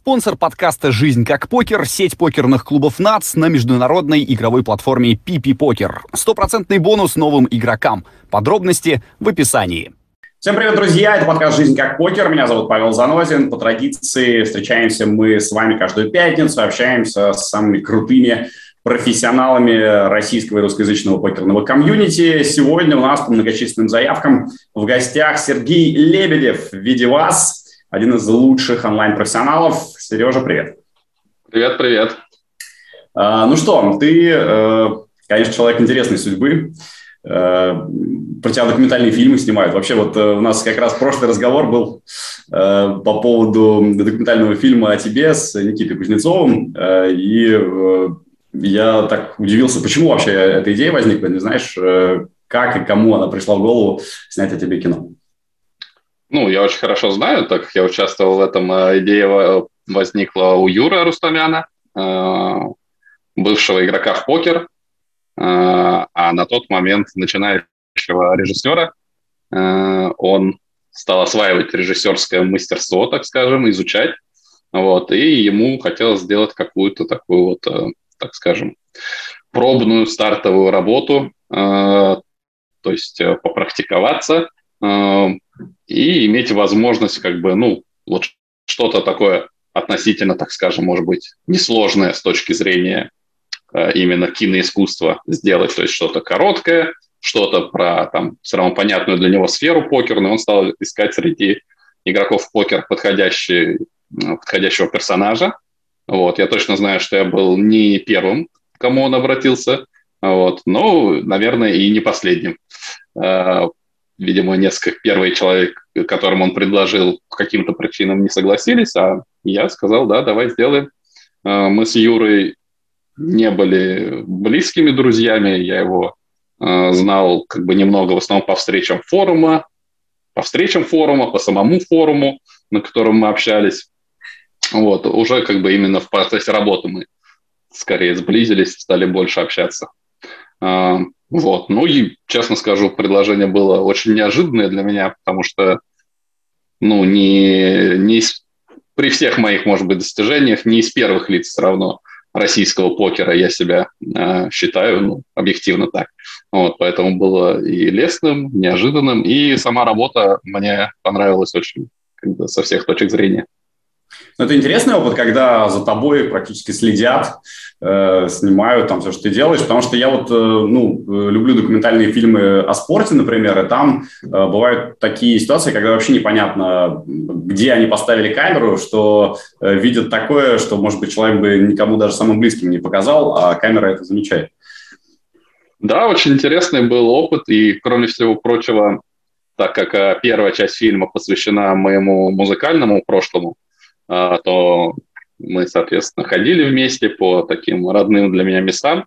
Спонсор подкаста «Жизнь как покер» — сеть покерных клубов НАЦ на международной игровой платформе PP Poker. 100% бонус новым игрокам. Подробности в описании. Всем привет, друзья! Это подкаст «Жизнь как покер». Меня зовут Павел Занозин. По традиции встречаемся мы с вами каждую пятницу, общаемся с самыми крутыми профессионалами российского и русскоязычного покерного комьюнити. Сегодня у нас по многочисленным заявкам в гостях Сергей Лебедев в виде вас, один из лучших онлайн-профессионалов. Сережа, привет. Привет. Ну что, ты, конечно, человек интересной судьбы. Про тебя документальные фильмы снимают. Вообще вот у нас как раз прошлый разговор был по поводу документального фильма о тебе с Никитой Кузнецовым. И я так удивился, почему вообще эта идея возникла. Не знаешь, как и кому она пришла в голову снять о тебе кино? Ну, я очень хорошо знаю, так как я участвовал в этом. Идея возникла у Юры Рустамяна, бывшего игрока в покер, а на тот момент начинающего режиссера. Он стал осваивать режиссерское мастерство, так скажем, изучать. Вот, и ему хотелось сделать какую-то такую вот, так скажем, пробную стартовую работу, то есть попрактиковаться, и иметь возможность как бы, ну, вот что-то такое относительно, так скажем, может быть, несложное с точки зрения именно киноискусства сделать, то есть что-то короткое, что-то про там все равно понятную для него сферу покерную. Он стал искать среди игроков в покер подходящего персонажа. Вот. Я точно знаю, что я был не первым, к кому он обратился, вот. Но, наверное, и не последним. Видимо, первый человек, которому он предложил, по каким-то причинам не согласились, а я сказал, да, давай сделаем. Мы с Юрой не были близкими друзьями, я его знал как бы немного, в основном по встречам форума, по самому форуму, на котором мы общались. Вот, уже как бы именно в процессе работы мы скорее сблизились, стали больше общаться. Вот. Ну и, честно скажу, предложение было очень неожиданное для меня, потому что, ну, при всех моих, может быть, достижениях, не из первых лиц все равно российского покера я себя считаю, ну, объективно так. Вот, поэтому было и лестным, неожиданным, и сама работа мне понравилась очень, как бы, со всех точек зрения. Ну, это интересный опыт, когда за тобой практически следят, снимают там все, что ты делаешь, потому что я вот, люблю документальные фильмы о спорте, например, и там бывают такие ситуации, когда вообще непонятно, где они поставили камеру, что видят такое, что, может быть, человек бы никому даже самым близким не показал, а камера это замечает. Да, очень интересный был опыт, и, кроме всего прочего, так как первая часть фильма посвящена моему музыкальному прошлому, то мы, соответственно, ходили вместе по таким родным для меня местам.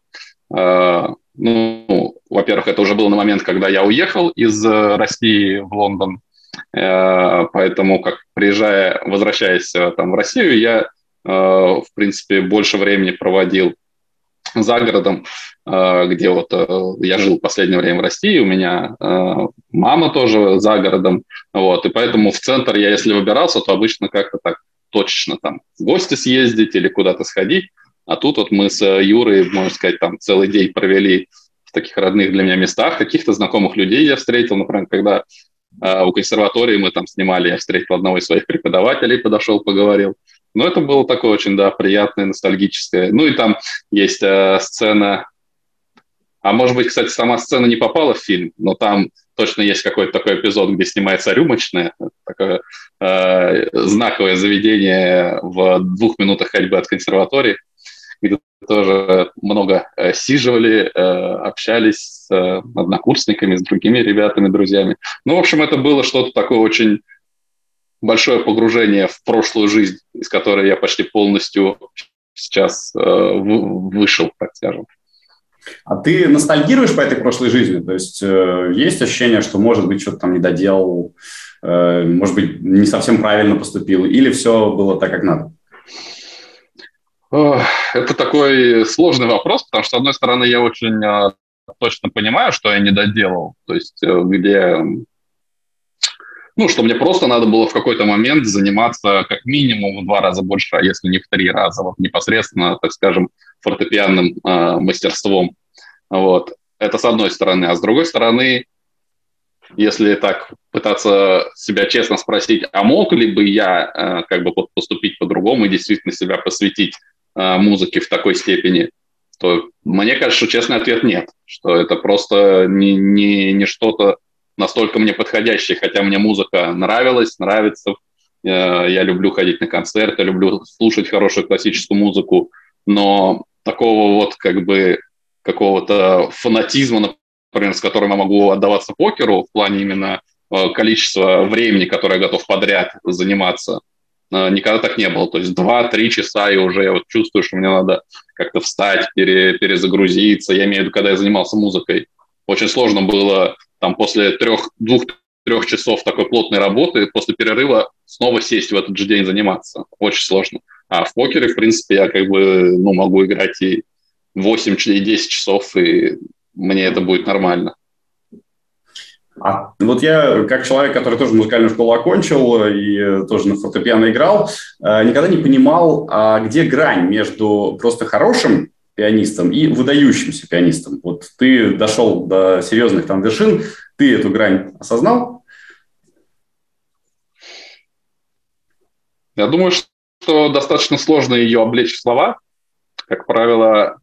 Ну, во-первых, это уже был на момент, когда я уехал из России в Лондон, поэтому, возвращаясь там в Россию, я, в принципе, больше времени проводил за городом, где вот я жил в последнее время в России, у меня мама тоже за городом, вот, и поэтому в центр я, если выбирался, то обычно как-то так точечно там в гости съездить или куда-то сходить. А тут вот мы с Юрой, можно сказать, там целый день провели в таких родных для меня местах. Каких-то знакомых людей я встретил. Например, когда у консерватории мы там снимали, я встретил одного из своих преподавателей, подошел, поговорил. Но это было такое очень, да, приятное, ностальгическое. Ну и там есть сцена... А может быть, кстати, сама сцена не попала в фильм, но там точно есть какой-то такой эпизод, где снимается рюмочная, такое знаковое заведение в 2 минутах ходьбы от консерватории, где тоже много сиживали, общались с однокурсниками, с другими ребятами, друзьями. Ну, в общем, это было что-то такое очень большое погружение в прошлую жизнь, из которой я почти полностью сейчас вышел, так скажем. А ты ностальгируешь по этой прошлой жизни? То есть есть ощущение, что, может быть, что-то там не доделал, может быть, не совсем правильно поступил, или все было так, как надо? Это такой сложный вопрос, потому что, с одной стороны, я очень точно понимаю, что я не доделал, то есть где ну, что мне просто надо было в какой-то момент заниматься как минимум в 2 раза больше, а если не в 3 раза, вот непосредственно, так скажем, фортепианным мастерством. Вот. Это с одной стороны. А с другой стороны, если так пытаться себя честно спросить, а мог ли бы я как бы поступить по-другому и действительно себя посвятить музыке в такой степени, то мне кажется, что честный ответ нет, что это просто не что-то настолько мне подходящее, хотя мне музыка нравилась, нравится, я люблю ходить на концерты, люблю слушать хорошую классическую музыку, но такого вот как бы какого-то фанатизма, например, с которым я могу отдаваться покеру в плане именно количества времени, которое я готов подряд заниматься, никогда так не было. То есть 2-3 часа, и уже я вот чувствую, что мне надо как-то встать, перезагрузиться. Я имею в виду, когда я занимался музыкой. Очень сложно было там после 2-3 часов такой плотной работы, после перерыва снова сесть в этот же день заниматься. Очень сложно. А в покере, в принципе, я как бы могу играть и 8 и 10 часов, и мне это будет нормально. Вот я, как человек, который тоже музыкальную школу окончил и тоже на фортепиано играл, никогда не понимал, где грань между просто хорошим пианистом и выдающимся пианистом. Вот ты дошел до серьезных там вершин, ты эту грань осознал? Я думаю, что достаточно сложно ее облечь в слова. Как правило,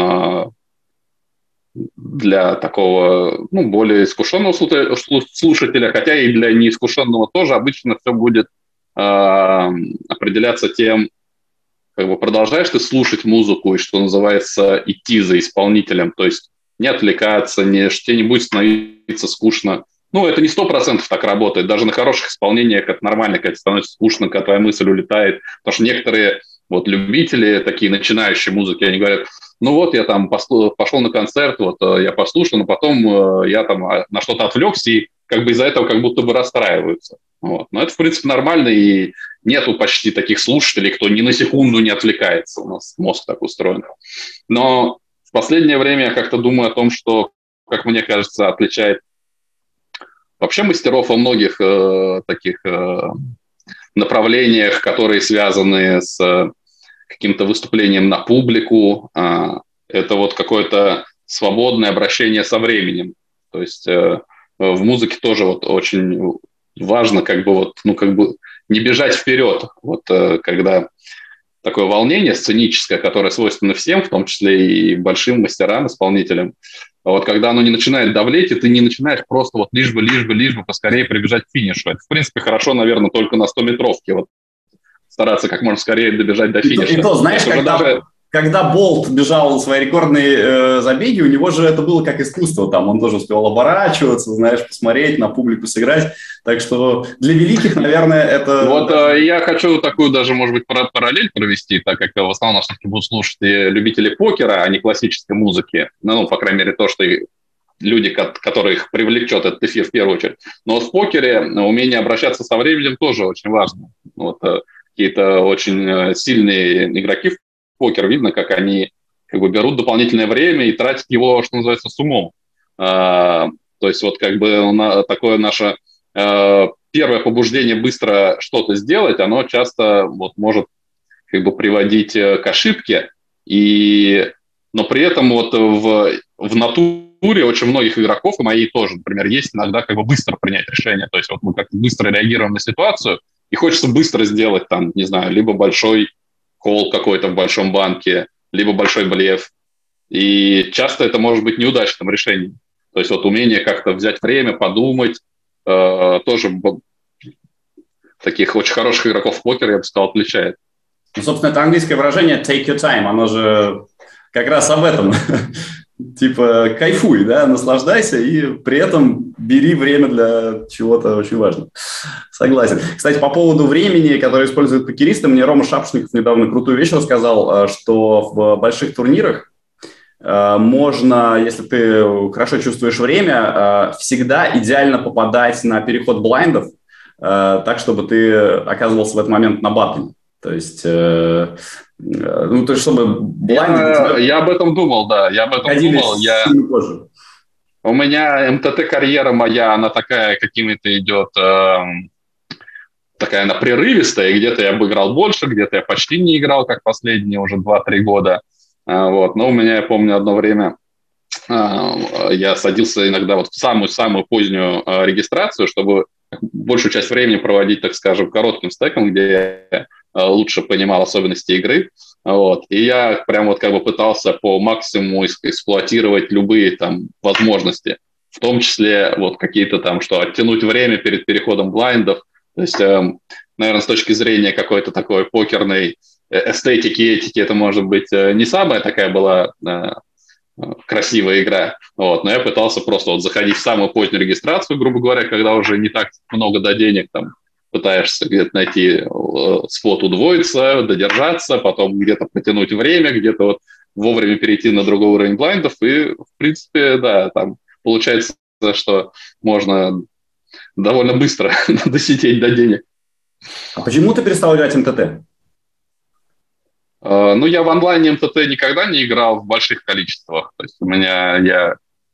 для такого более искушенного слушателя, хотя и для неискушенного тоже, обычно все будет определяться тем, как бы продолжаешь ты слушать музыку и, что называется, идти за исполнителем, то есть не отвлекаться, тебе не будет становиться скучно. Это не 100% так работает. Даже на хороших исполнениях это нормально, когда становится скучно, когда твоя мысль улетает. Потому что некоторые любители, такие начинающие музыки, они говорят, я там пошел на концерт, я послушал, но потом я там на что-то отвлекся, и как бы из-за этого как будто бы расстраиваются. Но это, в принципе, нормально, и нету почти таких слушателей, кто ни на секунду не отвлекается. У нас мозг так устроен. Но в последнее время я как-то думаю о том, что, как мне кажется, отличает вообще мастеров во многих таких направлениях, которые связаны с каким-то выступлением на публику, это какое-то свободное обращение со временем. То есть в музыке тоже очень важно не бежать вперед. Когда такое волнение сценическое, которое свойственно всем, в том числе и большим мастерам, исполнителям, когда оно не начинает давлеть, и ты не начинаешь просто лишь бы поскорее прибежать к финишу. Это, в принципе, хорошо, наверное, только на 100-метровке. Стараться как можно скорее добежать до финиша. И то, знаешь, когда Болт бежал свои рекордные забеги, у него же это было как искусство. Там он тоже успел оборачиваться, посмотреть, на публику сыграть. Так что для великих, наверное, это... Я хочу такую даже, может быть, параллель провести, так как в основном все-таки будут слушать любители покера, а не классической музыки. По крайней мере, то, что люди, которых привлечет этот эфир в первую очередь. Но в покере умение обращаться со временем тоже очень важно. Какие-то очень сильные игроки в покер, видно, как они берут дополнительное время и тратят его, что называется, с умом. То есть такое наше первое побуждение быстро что-то сделать, оно часто может приводить к ошибке, но при этом в натуре очень многих игроков, и моей тоже, например, есть иногда быстро принять решение, то есть мы как-то быстро реагируем на ситуацию, и хочется быстро сделать там, не знаю, либо большой колл какой-то в большом банке, либо большой блеф. И часто это может быть неудачным решением. То есть умение как-то взять время, подумать, тоже таких очень хороших игроков в покер, я бы сказал, отличает. Собственно, это английское выражение «take your time», оно же как раз об этом. Типа кайфуй, наслаждайся и при этом бери время для чего-то очень важного. Согласен. Кстати, по поводу времени, которое используют покеристы, мне Рома Шапшников недавно крутую вещь рассказал, что в больших турнирах можно, если ты хорошо чувствуешь время, всегда идеально попадать на переход блайндов, так, чтобы ты оказывался в этот момент на баттоне. То есть, чтобы блайнды... Я об этом думал, да. Я об этом думал. У меня МТТ-карьера моя, она такая какими-то идет такая она прерывистая, и где-то я обыграл больше, где-то я почти не играл, как последние уже 2-3 года. Вот. Но у меня, я помню, одно время я садился иногда вот в самую-самую позднюю регистрацию, чтобы большую часть времени проводить, так скажем, коротким стеком, где я лучше понимал особенности игры. Вот. И я прям вот как бы пытался по максимуму эксплуатировать любые там возможности, в том числе вот какие-то там, что оттянуть время перед переходом блайндов. То есть, наверное, с точки зрения какой-то такой покерной эстетики, этики, это, может быть, не самая такая была красивая игра. Вот. Но я пытался просто вот заходить в самую позднюю регистрацию, грубо говоря, когда уже не так много до денег, там, пытаешься где-то найти спот, удвоиться, додержаться, потом где-то потянуть время, где-то вот вовремя перейти на другой уровень блайндов, и, в принципе, да, там получается, что можно довольно быстро досидеть до денег. А почему ты перестал играть МТТ? Ну, я в онлайне МТТ никогда не играл в больших количествах. То есть я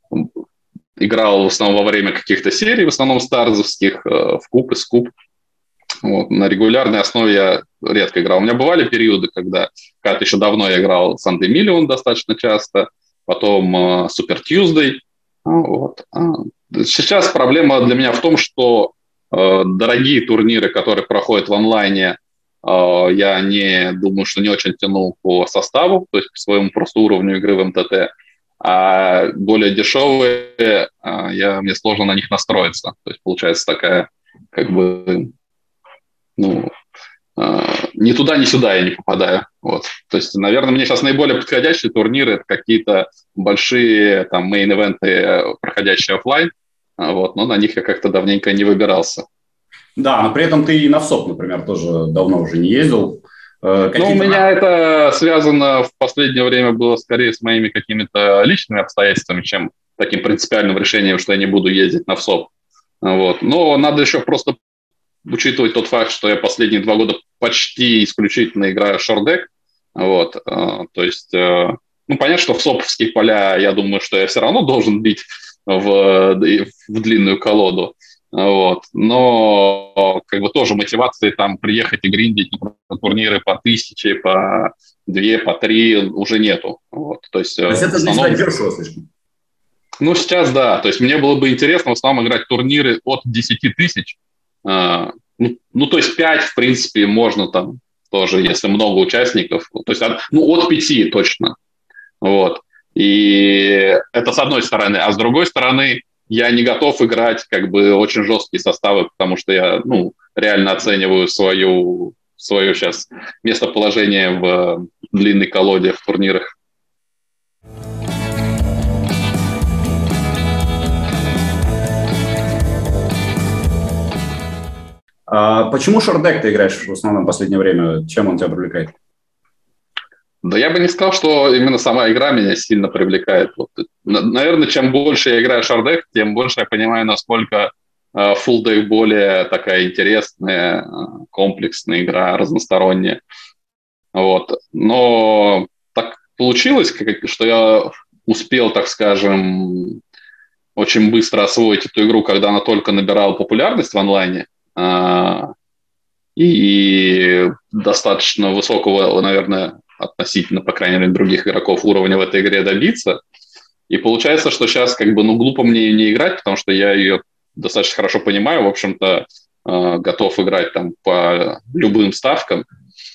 играл в основном во время каких-то серий, в основном старзовских, в куб и скуб. Вот. На регулярной основе я редко играл. У меня бывали периоды, когда еще давно я играл Sunday Million достаточно часто, потом Super Tuesday. Вот. Сейчас проблема для меня в том, что дорогие турниры, которые проходят в онлайне, я не думаю, что не очень тяну по составу, то есть по своему просто уровню игры в МТТ, а более дешевые, мне сложно на них настроиться. То есть получается такая, как бы, ну, ни туда, ни сюда я не попадаю. Вот. То есть, наверное, мне сейчас наиболее подходящие турниры — это какие-то большие там мейн-ивенты, проходящие офлайн, вот, но на них я как-то давненько не выбирался. Да, но при этом ты и на ВСОП, например, тоже давно уже не ездил. Ну, у меня это связано в последнее время было скорее с моими какими-то личными обстоятельствами, чем таким принципиальным решением, что я не буду ездить на ВСОП. Вот. Но надо еще просто учитывать тот факт, что я последние 2 года почти исключительно играю шорт-дек. Вот. То есть, ну, понятно, что в СОПовские поля, я думаю, что я все равно должен бить в длинную колоду. Вот. Но как бы тоже мотивации там приехать и гриндить на турниры по 1000, по 2, по 3 уже нету. Вот. То есть это для тебя дешево слишком? Ну, сейчас да. То есть мне было бы интересно в основном играть турниры от 10 тысяч. Ну, то есть 5, в принципе, можно там тоже, если много участников. То есть от 5 точно. Вот. И это с одной стороны. А с другой стороны, я не готов играть как бы очень жесткие составы, потому что я реально оцениваю свое сейчас местоположение в длинной колоде в турнирах. Почему шорт-дек ты играешь в основном в последнее время? Чем он тебя привлекает? Да я бы не сказал, что именно сама игра меня сильно привлекает. Вот. Наверное, чем больше я играю в шорт-дек, тем больше я понимаю, насколько фулл-дек более такая интересная, комплексная игра, разносторонняя. Вот. Но так получилось, что я успел, так скажем, очень быстро освоить эту игру, когда она только набирала популярность в онлайне. И достаточно высокого, наверное, относительно, по крайней мере, других игроков уровня в этой игре добиться. И получается, что сейчас как бы, глупо мне не играть, потому что я ее достаточно хорошо понимаю, в общем-то, готов играть там по любым ставкам.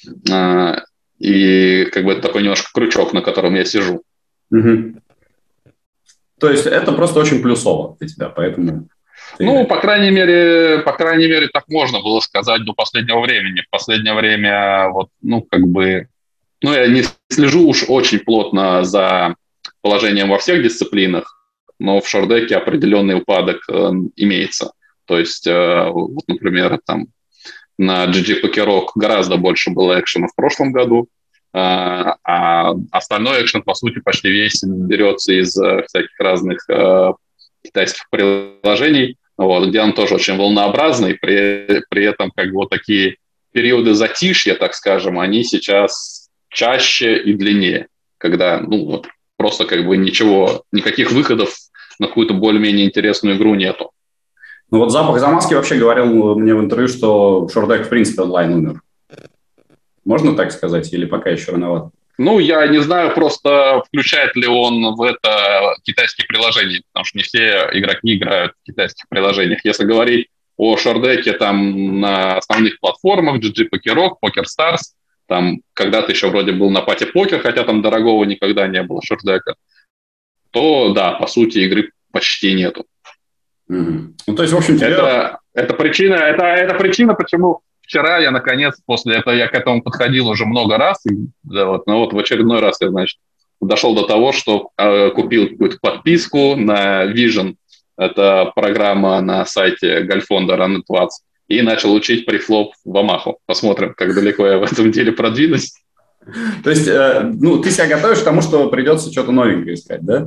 И как бы это такой немножко крючок, на котором я сижу. Угу. То есть это просто очень плюсово для тебя, поэтому... Ну, по крайней мере, так можно было сказать до последнего времени. В последнее время вот, я не слежу уж очень плотно за положением во всех дисциплинах, но в шорт-деке определенный упадок имеется. То есть, вот, например, там на GG Poker гораздо больше было экшена в прошлом году, а остальной экшен, по сути, почти весь берется из всяких разных китайских приложений, вот, где он тоже очень волнообразный, при этом как бы вот такие периоды затишья, так скажем, они сейчас чаще и длиннее, когда просто как бы никаких выходов на какую-то более-менее интересную игру нету. Ну вот запах замазки вообще говорил мне в интервью, что Шордек в принципе онлайн умер. Можно так сказать или пока еще рановато? Ну, я не знаю просто, включает ли он в это китайские приложения, потому что не все игроки играют в китайских приложениях. Если говорить о Шордеке там на основных платформах, GG Pokerok, PokerStars, там когда-то еще вроде был на пати покер, хотя там дорогого никогда не было Шордека, то да, по сути игры почти нету. Ну, то есть, в общем, это причина, почему вчера я, наконец, после этого, я к этому подходил уже много раз, и, да, вот, но вот в очередной раз я, значит, дошел до того, что купил какую-то подписку на Vision, это программа на сайте Гольфонда Run20, и начал учить префлоп в Амаху. Посмотрим, как далеко я в этом деле продвинусь. То есть, ну, ты себя готовишь к тому, что придется что-то новенькое искать, да?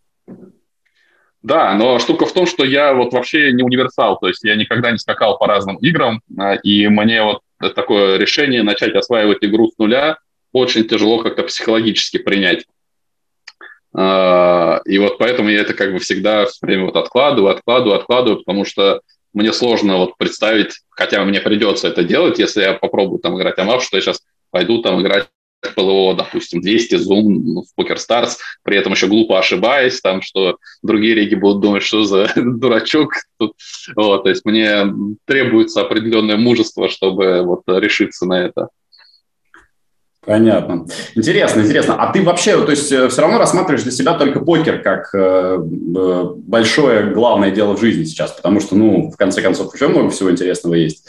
Да, но штука в том, что я вот вообще не универсал, то есть я никогда не скакал по разным играм, и мне вот такое решение начать осваивать игру с нуля очень тяжело как-то психологически принять. И вот поэтому я это как бы всегда все время вот откладываю, потому что мне сложно вот представить, хотя мне придется это делать, если я попробую там играть Амав, что я сейчас пойду там играть в ПЛО, допустим, 200 Zoom в PokerStars, при этом еще глупо ошибаясь, там, что другие реги будут думать, что за дурачок тут. Вот, то есть мне требуется определенное мужество, чтобы вот решиться на это. Понятно. Интересно. А ты вообще, то есть, все равно рассматриваешь для себя только покер как большое главное дело в жизни сейчас, потому что, ну, в конце концов, еще много всего интересного есть.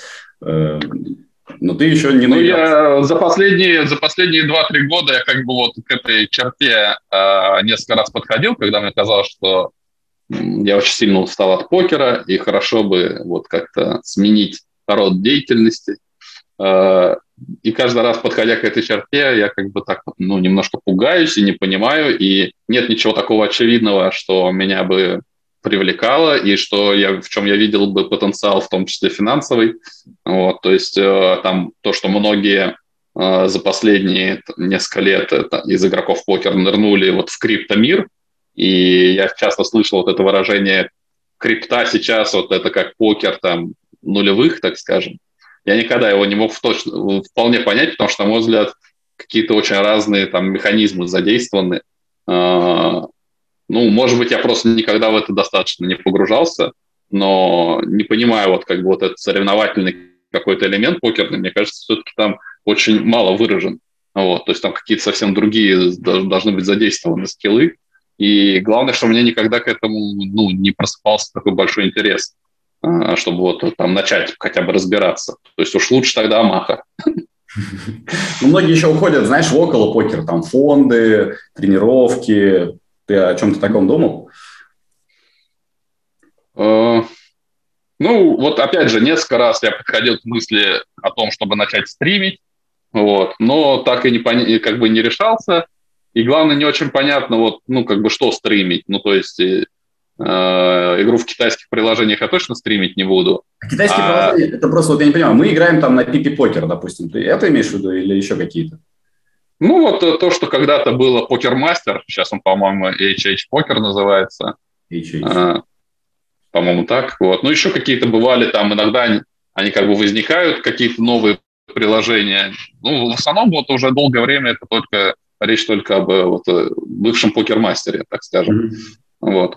Но ты еще не наигрался. Я за последние 2-3 года я как бы вот к этой черте несколько раз подходил, когда мне казалось, что я очень сильно устал от покера, и хорошо бы вот как-то сменить род деятельности. И каждый раз, подходя к этой черте, я как бы так, ну, немножко пугаюсь и не понимаю, и нет ничего такого очевидного, что меня бы привлекало, и что в чем я видел бы потенциал, в том числе финансовый. Вот, то есть там то, что многие за последние несколько лет из игроков покера нырнули вот в криптомир, и я часто слышал вот это выражение крипта сейчас, вот это как покер там нулевых, так скажем. Я никогда его не мог вполне понять, потому что, на мой взгляд, какие-то очень разные там механизмы задействованы. Ну, может быть, я просто никогда в это достаточно не погружался, но не понимаю вот как бы вот этот соревновательный какой-то элемент покерный, мне кажется, все-таки там очень мало выражен. Вот, то есть там какие-то совсем другие должны быть задействованы скиллы. И главное, что у меня никогда к этому не просыпался такой большой интерес, чтобы вот там начать хотя бы разбираться. То есть уж лучше тогда Амаха. Ну, многие еще уходят, знаешь, в около покер, там фонды, тренировки. Ты о чем-то таком думал? Ну, вот опять же, несколько раз я подходил к мысли о том, чтобы начать стримить, вот, но так и как бы не решался. И главное, не очень понятно, вот, ну, как бы, что стримить. Ну, то есть игру в китайских приложениях я точно стримить не буду. Китайские приложения, это просто, вот я не понимаю, мы играем там на Пипи Покер, допустим. Ты это имеешь в виду или еще какие-то? Ну, вот то, что когда-то было Покермастер, сейчас он, по-моему, HH Покер называется. По-моему, так. Вот. Ну, еще какие-то бывали там, иногда они как бы возникают, какие-то новые приложения. Ну, в основном вот уже долгое время это речь только об вот, бывшем покермастере, так скажем. Вот.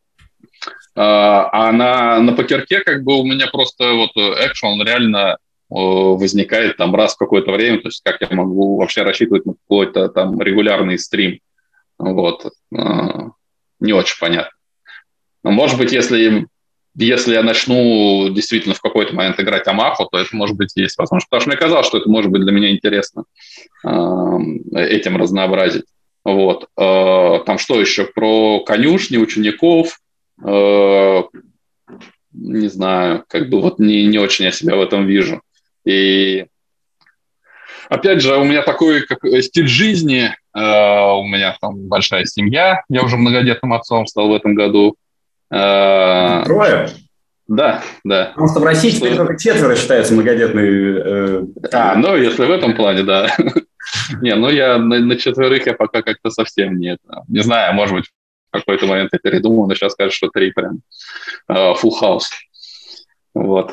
А на покерке как бы у меня просто вот экшен реально возникает там раз в какое-то время, то есть как я могу вообще рассчитывать на какой-то там регулярный стрим. Вот. Не очень понятно. Но, может быть, если я начну действительно в какой-то момент играть Амаху, то это, может быть, есть возможность. Потому что мне казалось, что это может быть для меня интересно этим разнообразить. Вот. Там что еще? Про конюшни, учеников. Не знаю, как бы вот не очень я себя в этом вижу. И опять же, у меня такой стиль жизни, у меня там большая семья, я уже многодетным отцом стал в этом году. Трое? Да. Потому что в России теперь только 4 считаются многодетные. Ну, если в этом плане, да. Не, ну я на 4 я пока как-то совсем нет. Не знаю, может быть, в какой-то момент я передумал, но сейчас скажу, что 3 прям full house. Вот.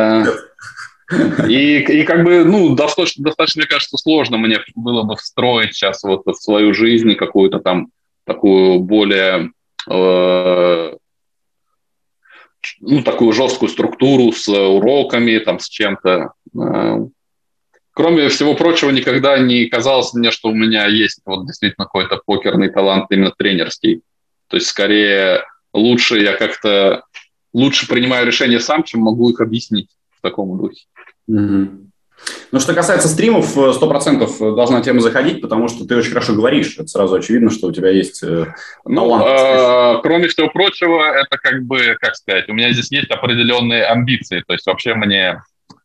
И как бы, ну, достаточно, мне кажется, сложно мне было бы встроить сейчас вот в свою жизнь какую-то там такую более, ну, такую жесткую структуру с уроками, там, с чем-то. Кроме всего прочего, никогда не казалось мне, что у меня есть вот действительно какой-то покерный талант именно тренерский. То есть, скорее, лучше принимаю решения сам, чем могу их объяснить в таком духе. Ну, что касается стримов, 100% должна тема заходить, потому что ты очень хорошо говоришь. Это сразу очевидно, что у тебя есть талант. Кроме всего прочего, это как бы, как сказать, у меня здесь есть определенные амбиции. То есть вообще мне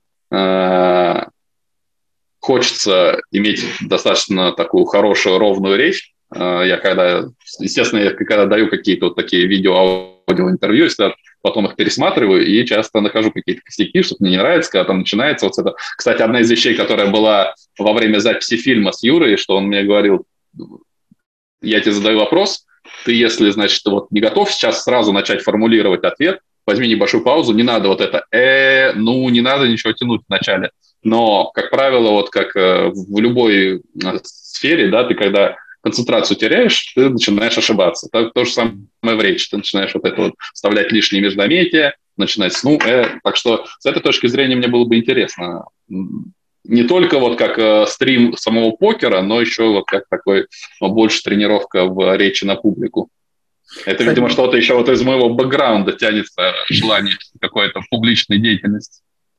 хочется иметь достаточно такую хорошую, ровную речь. Естественно, я когда даю какие-то вот такие видео-аудио-интервью, потом их пересматриваю и часто нахожу какие-то косяки, что мне не нравится, когда там начинается вот это. Кстати, одна из вещей, которая была во время записи фильма с Юрой, что он мне говорил, я тебе задаю вопрос, ты, если, значит, вот не готов сейчас сразу начать формулировать ответ, возьми небольшую паузу, не надо вот это не надо ничего тянуть вначале. Но, как правило, вот как в любой сфере, да, ты когда концентрацию теряешь, ты начинаешь ошибаться. То же самое в речи. Ты начинаешь вот это вот вставлять лишние междометия, начинать Так что с этой точки зрения мне было бы интересно. Не только вот как стрим самого покера, но еще вот как такой больше тренировка в речи на публику. Это, видимо, что-то еще вот из моего бэкграунда тянется желание какой-то публичной деятельности.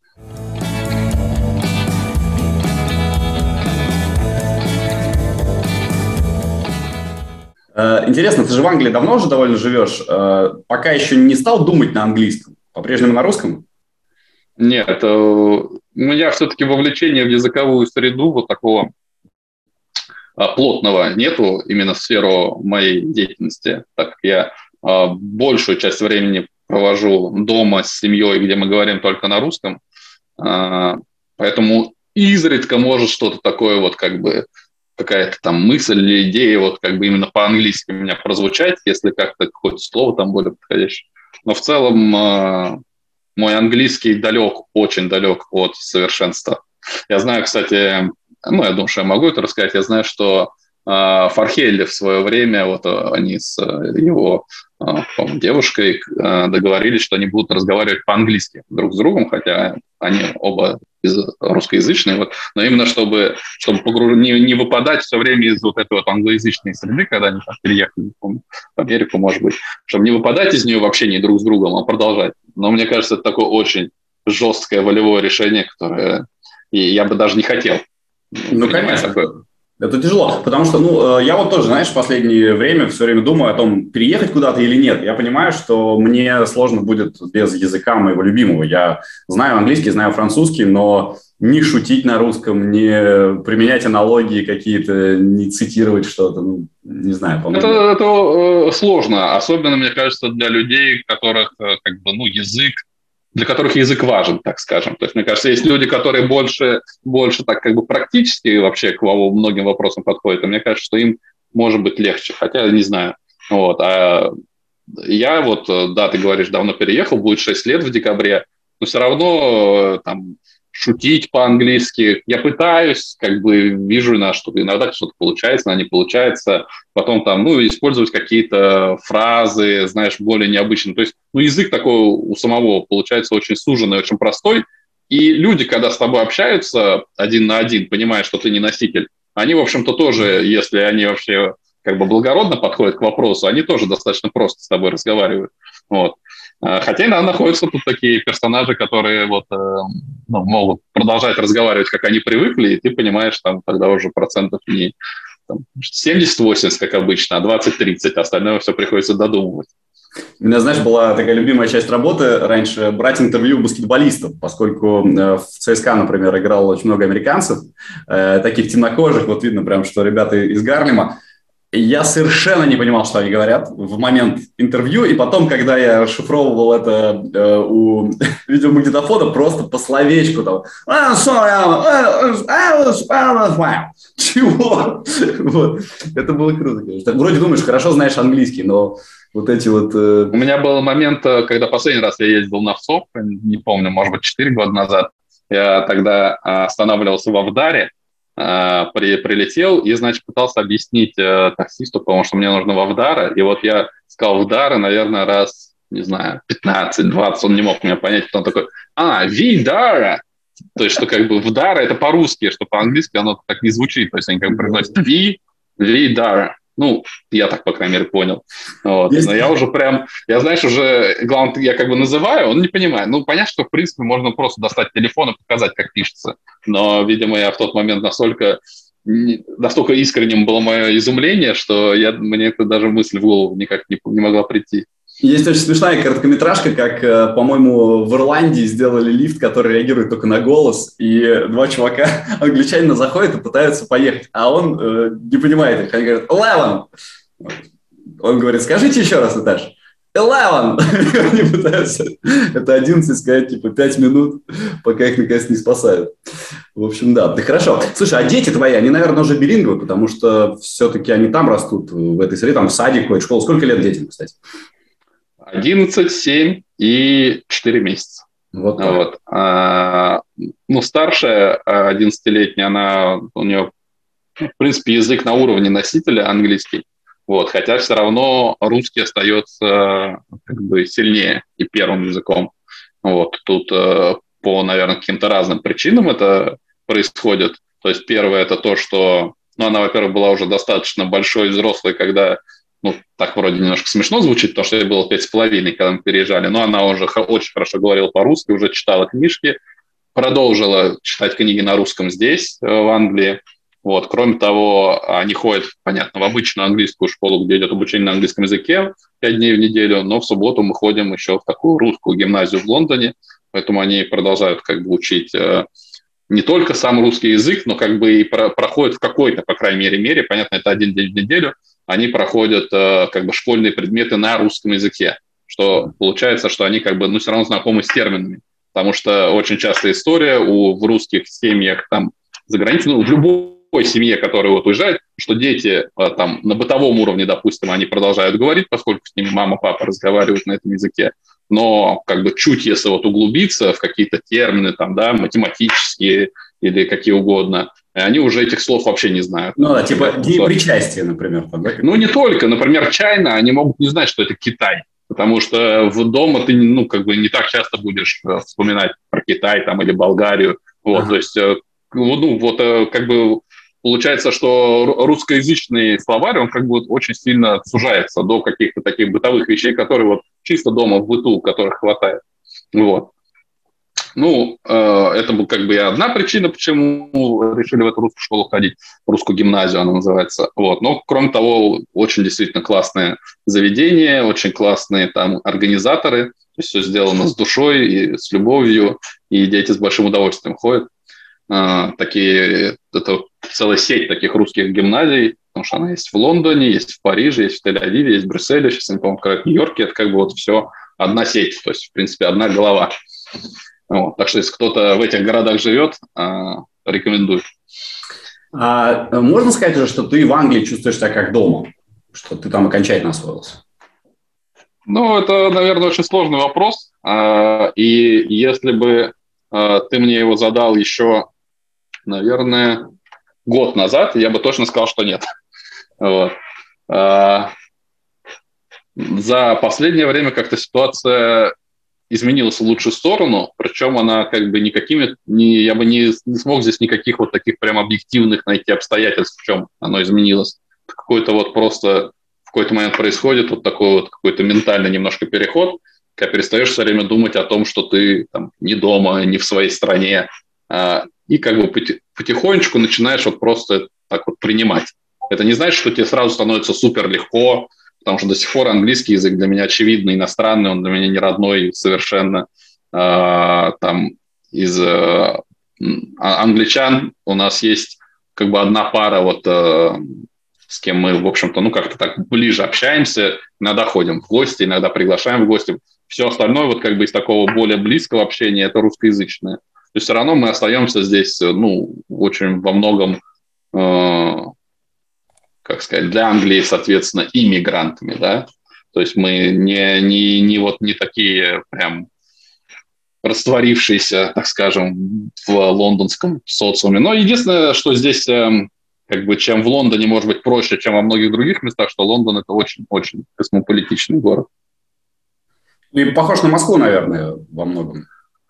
Интересно, ты же в Англии давно уже довольно живешь. Пока еще не стал думать на английском? По-прежнему на русском? Нет, у меня все-таки вовлечение в языковую среду вот такого плотного нету именно в сферу моей деятельности, так как я большую часть времени провожу дома с семьей, где мы говорим только на русском, поэтому изредка может что-то такое вот как бы какая-то там мысль или идея вот как бы именно по-английски у меня прозвучать, если как-то какое-то слово там более подходящее. Но в целом мой английский очень далек от совершенства. Я знаю, кстати, я думаю, что я могу это рассказать, я знаю, что Фархелли в свое время, вот они с его девушкой договорились, что они будут разговаривать по-английски друг с другом, хотя они оба русскоязычные, вот, но именно чтобы не выпадать все время из вот этой вот англоязычной среды, когда они там переехали, в Америку, может быть, чтобы не выпадать из нее в общении друг с другом, а продолжать. Но мне кажется, это такое очень жесткое волевое решение, которое я бы даже не хотел. Ну, конечно. Это тяжело, потому что, я вот тоже, знаешь, в последнее время все время думаю о том, переехать куда-то или нет. Я понимаю, что мне сложно будет без языка моего любимого. Я знаю английский, знаю французский, но не шутить на русском, не применять аналогии какие-то, не цитировать что-то, не знаю. Это сложно, особенно, мне кажется, для людей, которых для которых язык важен, так скажем. То есть, мне кажется, есть люди, которые больше так как бы практически вообще к многим вопросам подходят, и мне кажется, что им может быть легче, хотя не знаю. Вот. А я вот, да, ты говоришь, давно переехал, будет 6 лет в декабре, но все равно там шутить по-английски. Я пытаюсь, как бы вижу, что иногда что-то получается, иногда не получается. Потом там, использовать какие-то фразы, знаешь, более необычные. То есть, язык такой у самого получается очень суженный, очень простой. И люди, когда с тобой общаются один на один, понимая, что ты не носитель, они, в общем-то, тоже, если они вообще как бы благородно подходят к вопросу, они тоже достаточно просто с тобой разговаривают. Вот. Хотя иногда находятся тут такие персонажи, которые могут продолжать разговаривать, как они привыкли, и ты понимаешь, там тогда уже процентов не 70-80, как обычно, а 20-30, остальное все приходится додумывать. У меня, знаешь, была такая любимая часть работы раньше – брать интервью у баскетболистов, поскольку в ЦСКА, например, играло очень много американцев, таких темнокожих, вот видно прям, что ребята из Гарлема. Я совершенно не понимал, что они говорят в момент интервью, и потом, когда я расшифровывал это у видеомагнитофона, просто по словечку там. Чего? Вот. Это было круто, конечно. Вроде думаешь, хорошо знаешь английский, но вот эти вот... У меня был момент, когда последний раз я ездил на ВСОП, не помню, может быть, 4 года назад. Я тогда останавливался во Вдаре, прилетел и, значит, пытался объяснить таксисту, потому что мне нужно во Вдара. И вот я сказал Вдара, наверное, раз, не знаю, 15-20, он не мог меня понять. Потом такой, Видара! То есть, что как бы Вдара это по-русски, что по-английски оно так не звучит. То есть, они как бы произносят Видара. Ну, я так, по крайней мере, понял. Вот. Но я уже прям, я, знаешь, уже, главное, я как бы называю, он не понимает. Ну, понятно, что, в принципе, можно просто достать телефон и показать, как пишется. Но, видимо, я в тот момент настолько искренним было мое изумление, что мне это даже мысль в голову никак не могла прийти. Есть очень смешная короткометражка, как, по-моему, в Ирландии сделали лифт, который реагирует только на голос, и два чувака, англичанина, заходят и пытаются поехать, а он не понимает их. Они говорят «Eleven». Он говорит «Скажите еще раз, Наташа». 11! Они пытаются это 11 сказать, типа, 5 минут, пока их, наконец, не спасают. В общем, да. Да хорошо. Слушай, а дети твои, они, наверное, уже билингвы, потому что все-таки они там растут, в этой среде, там в садик, в школу. Сколько лет детям, кстати? 11, 7 и 4 месяца. Вот так. Вот. Старшая, 11-летняя, у нее, в принципе, язык на уровне носителя английский. Вот, хотя все равно русский остается как бы сильнее и первым языком. Вот, тут по, наверное, каким-то разным причинам это происходит. То есть первое это то, что она, во-первых, была уже достаточно большой и взрослой, когда, так вроде немножко смешно звучит, потому что ей было 5,5, когда мы переезжали, но она уже очень хорошо говорила по-русски, уже читала книжки, продолжила читать книги на русском здесь, в Англии. Вот. Кроме того, они ходят, понятно, в обычную английскую школу, где идет обучение на английском языке 5 дней в неделю, но в субботу мы ходим еще в такую русскую гимназию в Лондоне, поэтому они продолжают как бы учить не только сам русский язык, но как бы и проходят в какой-то, по крайней мере, понятно, это 1 день в неделю, они проходят как бы школьные предметы на русском языке, что получается, что они как бы, все равно знакомы с терминами, потому что очень частая история в русских семьях там за границей, в любой семье, которая вот уезжает, что дети там на бытовом уровне, допустим, они продолжают говорить, поскольку с ними мама, папа разговаривают на этом языке, но как бы чуть если вот углубиться в какие-то термины, там, да, математические или какие угодно, они уже этих слов вообще не знают. Ну да, типа причастие, например. Там, да? Не только. Например, Чайна, они могут не знать, что это Китай, потому что в дома ты как бы не так часто будешь вспоминать про Китай там, или Болгарию. Вот, то есть как бы получается, что русскоязычный словарь, он как бы очень сильно сужается до каких-то таких бытовых вещей, которые вот чисто дома в быту, которых хватает. Вот. Это была как бы и одна причина, почему решили в эту русскую школу ходить, русскую гимназию она называется. Вот. Но, кроме того, очень действительно классное заведение, очень классные там организаторы. То есть все сделано с душой и с любовью, и дети с большим удовольствием ходят. Это целая сеть таких русских гимназий, потому что она есть в Лондоне, есть в Париже, есть в Тель-Авиве, есть в Брюсселе, сейчас, я не помню, в Нью-Йорке, это как бы вот все одна сеть, то есть, в принципе, одна голова. Вот. Так что, если кто-то в этих городах живет, рекомендую. Можно сказать уже, что ты в Англии чувствуешь себя как дома, что ты там окончательно освоился? Это, наверное, очень сложный вопрос, и если бы ты мне его задал еще, наверное, год назад, я бы точно сказал, что нет. Вот. За последнее время как-то ситуация изменилась в лучшую сторону, причем она как бы я бы не смог здесь никаких вот таких прям объективных найти обстоятельств, в чем оно изменилось. Какой-то вот просто в какой-то момент происходит вот такой вот какой-то ментальный немножко переход, когда перестаешь все время думать о том, что ты там не дома, не в своей стране, и как бы потихонечку начинаешь вот просто так вот принимать. Это не значит, что тебе сразу становится супер легко, потому что до сих пор английский язык для меня очевидно иностранный, он для меня не родной совершенно. Там из англичан у нас есть как бы одна пара вот с кем мы, в общем-то, ну, как-то так ближе общаемся, иногда ходим в гости, иногда приглашаем в гости. Все остальное, вот как бы из такого более близкого общения, это русскоязычное. То есть все равно мы остаемся здесь, ну, очень во многом, как сказать, для Англии, соответственно, иммигрантами, да. То есть мы не такие прям растворившиеся, так скажем, в лондонском социуме. Но единственное, что здесь, как бы, чем в Лондоне, может быть, проще, чем во многих других местах, что Лондон – это очень-очень космополитичный город. И похож на Москву, наверное, во многом.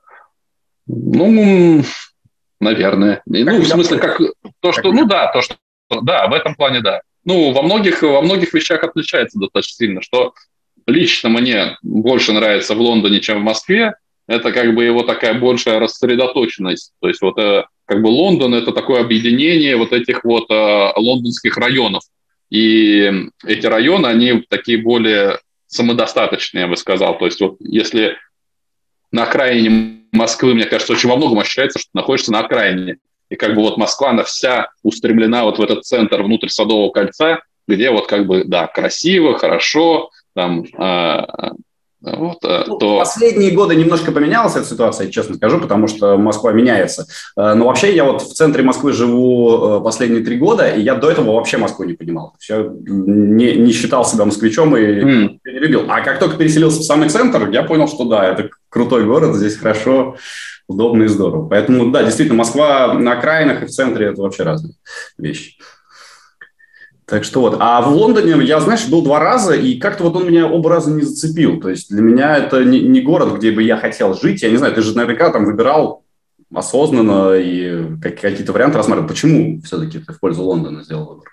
Ну, наверное. Ну, в смысле, как то, что, ну да, то, что, да, в этом плане, да. Ну, во многих вещах отличается достаточно сильно, что лично мне больше нравится в Лондоне, чем в Москве. Это как бы его такая большая рассредоточенность. То есть вот как бы Лондон – это такое объединение вот этих вот лондонских районов. И эти районы, они такие более самодостаточные, я бы сказал. То есть вот если на окраине Москвы, мне кажется, очень во многом ощущается, что ты находишься на окраине. И как бы вот Москва, она вся устремлена вот в этот центр внутрь Садового кольца, где вот как бы, да, красиво, хорошо, там, вот, ну, то... Последние годы немножко поменялась эта ситуация, честно скажу, потому что Москва меняется. Но вообще я вот в центре Москвы живу последние 3 года, и я до этого вообще Москву не понимал. Я не считал себя москвичом и не любил. А как только переселился в самый центр, я понял, что да, это крутой город, здесь хорошо, удобно и здорово. Поэтому, да, действительно, Москва на окраинах и в центре – это вообще разные вещи. Так что вот. А в Лондоне я, знаешь, был 2 раза, и как-то вот он меня оба раза не зацепил. То есть для меня это не город, где бы я хотел жить. Я не знаю, ты же наверняка там выбирал осознанно и какие-то варианты рассматривал. Почему все-таки ты в пользу Лондона сделал выбор?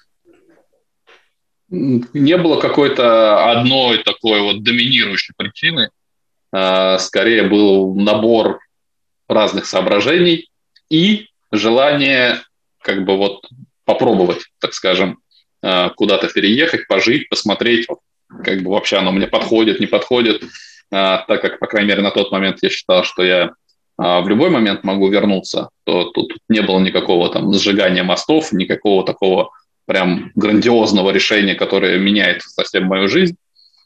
Не было какой-то одной такой вот доминирующей причины. Скорее был набор разных соображений и желание как бы вот попробовать, так скажем, куда-то переехать, пожить, посмотреть, как бы вообще оно мне подходит, не подходит, так как, по крайней мере, на тот момент я считал, что я в любой момент могу вернуться, то тут не было никакого там сжигания мостов, никакого такого прям грандиозного решения, которое меняет совсем мою жизнь.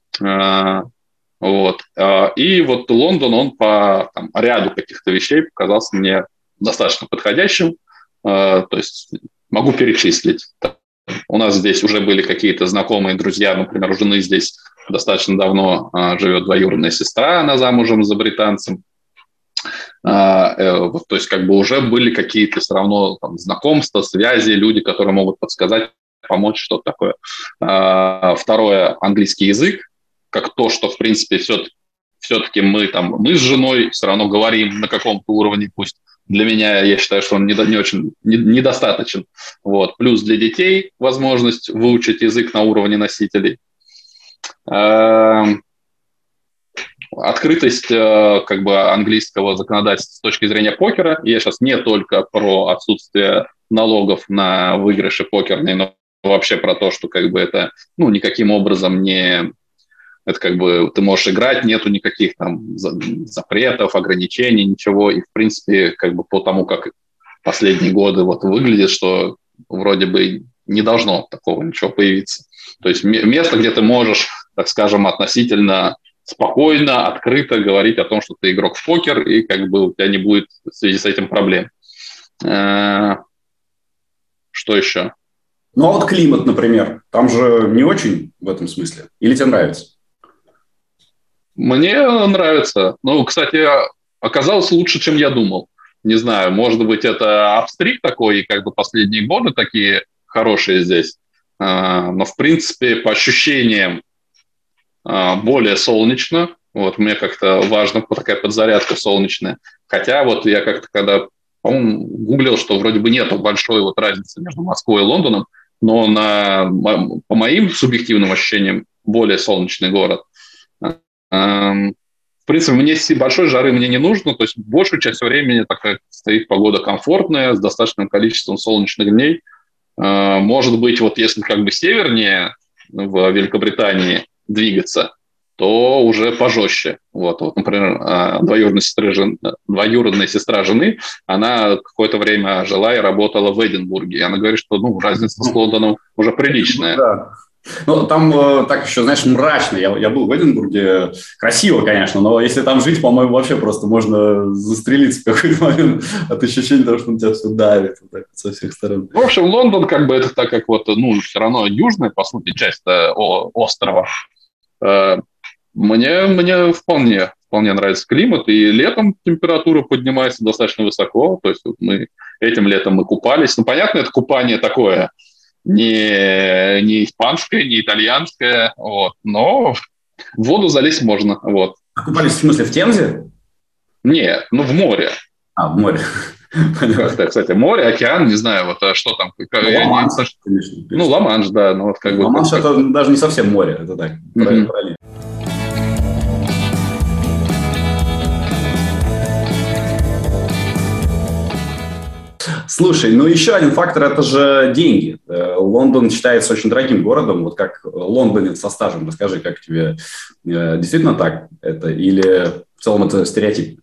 Вот. И вот Лондон, он по там, ряду каких-то вещей показался мне достаточно подходящим. То есть могу перечислить. У нас здесь уже были какие-то знакомые друзья, например, у жены здесь достаточно давно живет двоюродная сестра, она замужем за британцем. То есть как бы уже были какие-то все равно там, знакомства, связи, люди, которые могут подсказать, помочь, что-то такое. Второе, английский язык, как то, что, в принципе, все-таки мы с женой все равно говорим на каком-то уровне, пусть для меня, я считаю, что он не очень недостаточен. Вот. Плюс для детей возможность выучить язык на уровне носителей. Открытость как бы английского законодательства с точки зрения покера. Я сейчас не только про отсутствие налогов на выигрыши покерные, но вообще про то, что как бы это никаким образом не... Это как бы ты можешь играть, нету никаких там запретов, ограничений, ничего. И, в принципе, как бы по тому, как последние годы вот выглядит, что вроде бы не должно такого ничего появиться. То есть место, где ты можешь, так скажем, относительно спокойно, открыто говорить о том, что ты игрок в покер, и как бы у тебя не будет в связи с этим проблем. Что еще? Ну, а вот климат, например, там же не очень в этом смысле. Или тебе нравится? Мне нравится. Ну, кстати, оказалось лучше, чем я думал. Не знаю, может быть, это апстрик такой, и как бы последние годы такие хорошие здесь. Но, в принципе, по ощущениям более солнечно. Вот мне как-то важна такая подзарядка солнечная. Хотя вот я как-то когда, по-моему, гуглил, что вроде бы нет большой вот разницы между Москвой и Лондоном, но по моим субъективным ощущениям более солнечный город. В принципе, мне большой жары мне не нужно, то есть большую часть времени такая стоит погода комфортная, с достаточным количеством солнечных дней. Может быть, вот если как бы севернее в Великобритании двигаться, то уже пожестче. Вот, например, двоюродная сестра жены, она какое-то время жила и работала в Эдинбурге. И она говорит, что разница с Лондоном уже приличная. Да. Ну, там так еще, знаешь, мрачно. Я был в Эдинбурге. Красиво, конечно, но если там жить, по-моему, вообще просто можно застрелиться в какой-то момент от ощущения того, что на тебя все давит вот так, со всех сторон. В общем, Лондон, как бы, это так как все равно южная, по сути, часть острова. Мне вполне нравится климат, и летом температура поднимается достаточно высоко, то есть этим летом мы купались. Ну, понятно, это купание такое, не испанское, не итальянское, вот, но в воду залезть можно, вот. А купались, в смысле, в Темзе? Нет, в море. В море. Кстати, море, океан, не знаю, что там. Ла-Манш, конечно. Ла-Манш, да. Ла-Манш это даже не совсем море, это так, пролив. Слушай, еще один фактор – это же деньги. Лондон считается очень дорогим городом. Вот как лондонец со стажем, расскажи, как тебе действительно так это? Или в целом это стереотип?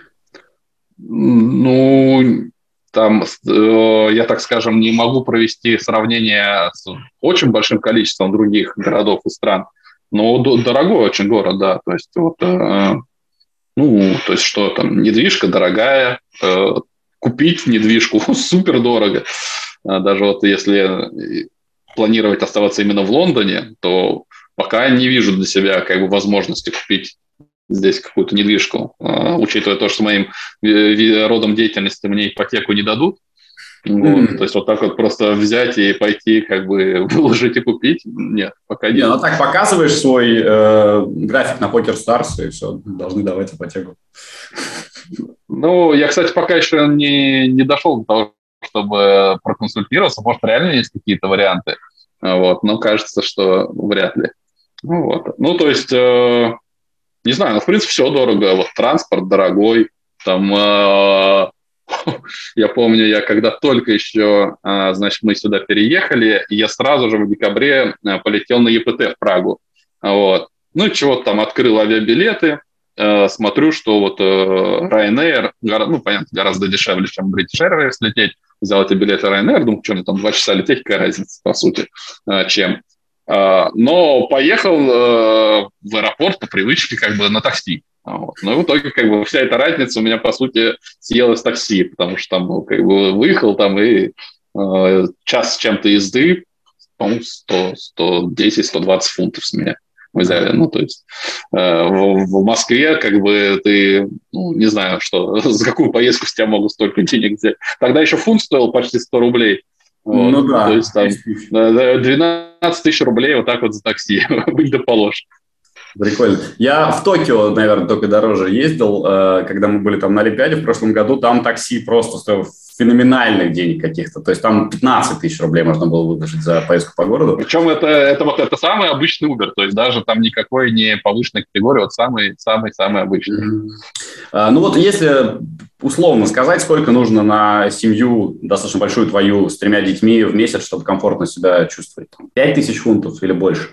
Там, я, так скажем, не могу провести сравнение с очень большим количеством других городов и стран, но дорогой очень город, да. То есть, то есть, что там, недвижка дорогая, купить недвижку супер дорого. Даже если планировать оставаться именно в Лондоне, то пока не вижу для себя возможности купить здесь какую-то недвижку, учитывая то, что моим родом деятельности мне ипотеку не дадут. Вот. То есть так просто взять и пойти выложить и купить? Нет, пока нет. Так показываешь свой график на Покер Старс, и все, должны давать ипотеку. Я, кстати, пока еще не дошел до того, чтобы проконсультироваться. Может, реально есть какие-то варианты. Но кажется, что вряд ли. То есть, не знаю, в принципе, все дорого. Транспорт дорогой. Там, я помню, я когда только еще, мы сюда переехали, я сразу же в декабре полетел на ЕПТ в Прагу. Чего-то там открыл авиабилеты. Смотрю, что Ryanair, понятно, гораздо дешевле, чем British Airways лететь. Взял эти билеты Ryanair, думаю, что мне там 2 часа лететь, какая разница, по сути, чем. Но поехал в аэропорт по привычке на такси. Но в итоге вся эта разница у меня, по сути, съелась такси, потому что там выехал там и час с чем-то езды, по-моему, 110-120 фунтов с меня взяли. То есть в Москве ты, не знаю, за какую поездку с тебя могут столько денег взять. Тогда еще фунт стоил почти 100 рублей. Да. То есть там 12 тысяч рублей за такси. Будь да положь. Прикольно. Я в Токио, наверное, только дороже ездил, когда мы были там на Олимпиаде в прошлом году, там такси просто стоило феноменальных денег каких-то. То есть там 15 тысяч рублей можно было выложить за поездку по городу. Причем это самый обычный Uber, то есть даже там никакой не повышенной категории, самый обычный. Если условно сказать, сколько нужно на семью, достаточно большую твою, с 3 детьми в месяц, чтобы комфортно себя чувствовать? 5 тысяч фунтов или больше?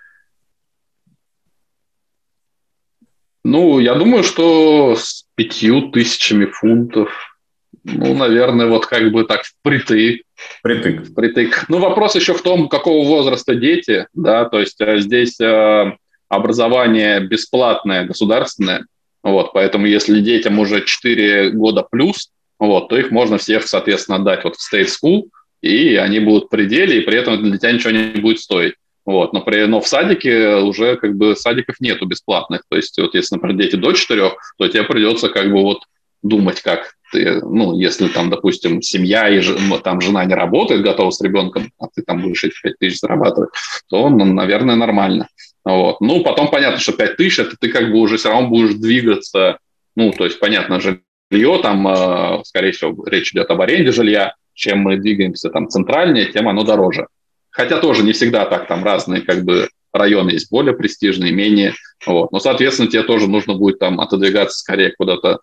Я думаю, что с 5 тысячами фунтов, наверное, так впритык. Впритык. Вопрос еще в том, какого возраста дети, да, то есть здесь образование бесплатное, государственное, поэтому если детям уже 4 года плюс, то их можно всех, соответственно, отдать в state school, и они будут в пределе, и при этом для тебя ничего не будет стоить. Но в садике уже садиков нету бесплатных. То есть если, например, дети до 4, то тебе придется думать, как ты, если там, допустим, семья и там жена не работает, готова с ребенком, а ты там будешь эти 5 тысяч зарабатывать, то, наверное, нормально. Потом понятно, что 5 тысяч, это ты уже все равно будешь двигаться, то есть, понятно, жилье, там, скорее всего, речь идет об аренде жилья, чем мы двигаемся там центральнее, тем оно дороже. Хотя тоже не всегда так, там разные районы есть более престижные, менее. Но, соответственно, тебе тоже нужно будет там отодвигаться скорее куда-то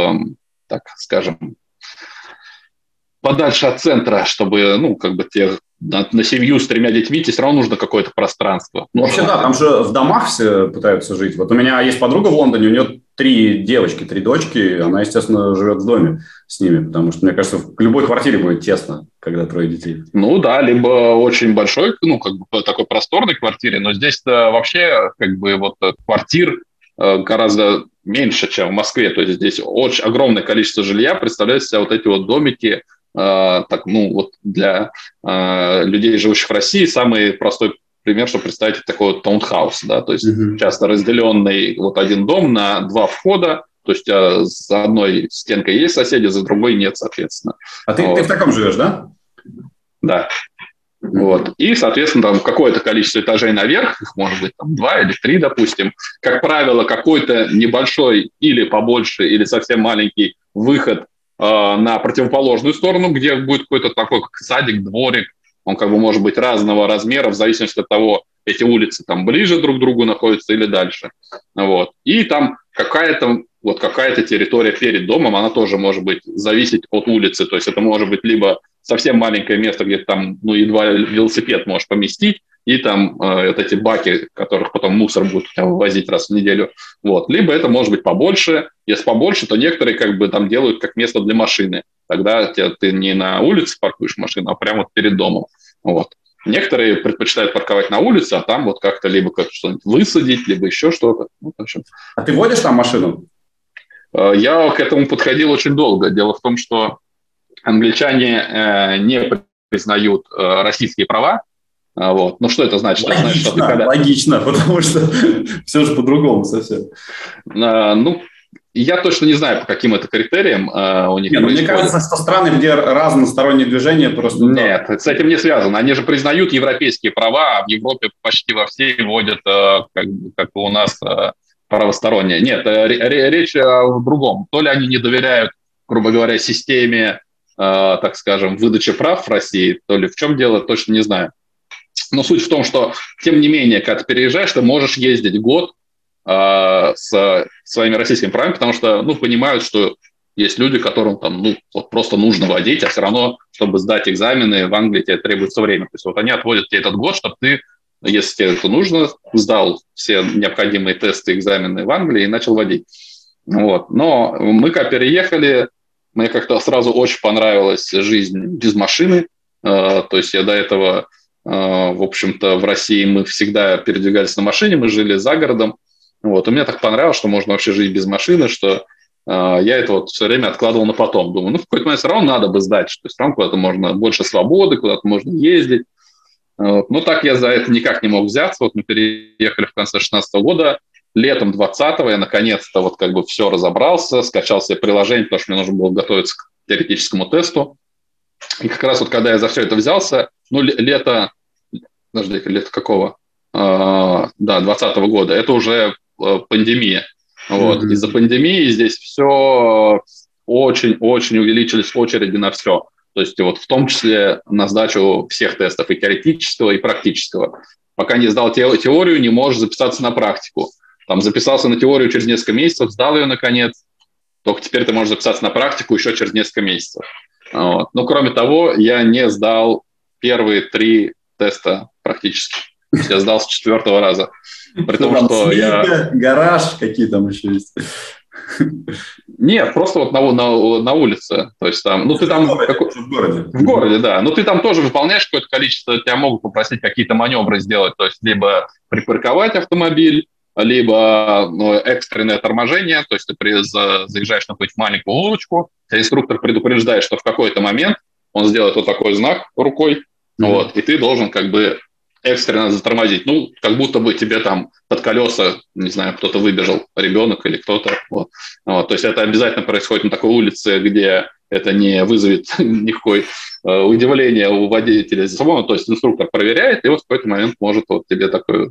так скажем, подальше от центра, чтобы, тебе на семью с 3 детьми тебе все равно нужно какое-то пространство. Ну, вообще, да, там же в домах все пытаются жить. Вот у меня есть подруга в Лондоне, у нее 3 девочки, 3 дочки, она, естественно, живет в доме с ними, потому что, мне кажется, в любой квартире будет тесно, когда 3 детей. Ну да, либо очень большой, ну, как бы такой просторной квартире, но здесь-то вообще, как бы, вот квартир гораздо меньше, чем в Москве. То есть здесь очень огромное количество жилья представляют из себя вот эти вот домики, так, ну, вот для людей, живущих в России, самый простой пример, чтобы представить, такой вот таунхаус, да, то есть часто разделенный вот один дом на 2 входа, то есть за одной стенкой есть соседи, за другой нет, соответственно. А ты в таком живешь, да? Да. Вот. И, соответственно, там какое-то количество этажей наверх, их может быть там 2 или 3, допустим. Как правило, какой-то небольшой или побольше, или совсем маленький выход на противоположную сторону, где будет какой-то такой как садик, дворик. Он как бы может быть разного размера в зависимости от того, эти улицы там ближе друг к другу находятся или дальше. Вот. И там какая-то территория перед домом, она тоже может быть зависеть от улицы. То есть это может быть либо совсем маленькое место, где там, ну, едва велосипед можешь поместить, и там вот эти баки, которых потом мусор будут у тебя вывозить раз в неделю. Вот. Либо это может быть побольше. Если побольше, то некоторые как бы там делают как место для машины. Тогда ты не на улице паркуешь машину, а прямо вот перед домом. Вот. Некоторые предпочитают парковать на улице, а там вот как-то либо как что-нибудь высадить, либо еще что-то. Ну, в общем. А ты водишь там машину? Я к этому подходил очень долго. Дело в том, что англичане не признают российские права. Вот. Ну, что это значит? Логично, это значит, что логично, потому что все же по-другому совсем. Ну, я точно не знаю, по каким это критериям у них происходит. Мне кажется, что страны, где разносторонние движения, просто... Нет, с этим не связано. Они же признают европейские права, а в Европе почти во все вводят, как у нас, правосторонние. Нет, речь в другом. То ли они не доверяют, грубо говоря, системе, так скажем, выдачи прав в России, то ли в чем дело, точно не знаю. Но суть в том, что, тем не менее, когда ты переезжаешь, ты можешь ездить год с своими российскими правами, потому что, ну, понимают, что есть люди, которым там, ну, вот просто нужно водить, а все равно, чтобы сдать экзамены в Англии, тебе требуется время. То есть вот они отводят тебе этот год, чтобы ты, если тебе это нужно, сдал все необходимые тесты, экзамены в Англии и начал водить. Вот. Но мы, когда переехали, мне как-то сразу очень понравилась жизнь без машины. То есть я до этого, в общем-то, в России мы всегда передвигались на машине, мы жили за городом. Вот. И мне так понравилось, что можно вообще жить без машины, что я это вот все время откладывал на потом. Думаю, ну, в какой-то момент все равно надо бы сдать, что все равно куда-то можно больше свободы, куда-то можно ездить. Вот. Но так я за это никак не мог взяться. Вот мы переехали в конце 2016 года. Летом 2020 я наконец-то вот как бы все разобрался, скачал себе приложение, потому что мне нужно было готовиться к теоретическому тесту. И как раз вот когда я за все это взялся, ну, лето какого? Да, 2020 года, это уже пандемия. Вот. Из-за пандемии здесь все очень-очень увеличились очереди на все. То есть вот в том числе на сдачу всех тестов, и теоретического, и практического. Пока не сдал теорию, не можешь записаться на практику. Там записался на теорию через несколько месяцев, сдал ее наконец, только теперь ты можешь записаться на практику еще через несколько месяцев. Вот. Но кроме того, я не сдал первые 3 теста практически. Я сдал с 4-го раза. При том, что гараж, какие там еще есть? Нет, просто вот на улице. То есть там, ну ты там... В городе. В городе, да. Но ты там тоже выполняешь какое-то количество, тебя могут попросить какие-то маневры сделать. То есть либо припарковать автомобиль, либо экстренное торможение. То есть ты заезжаешь на какую-нибудь маленькую улочку, тебя инструктор предупреждает, что в какой-то момент он сделает вот такой знак рукой, вот, и ты должен как бы экстренно затормозить. Ну, как будто бы тебе там под колеса, не знаю, кто-то выбежал, ребенок или кто-то. Вот. Вот. То есть это обязательно происходит на такой улице, где это не вызовет никакой удивления у водителя. То есть инструктор проверяет, и вот в какой-то момент может вот тебе такой...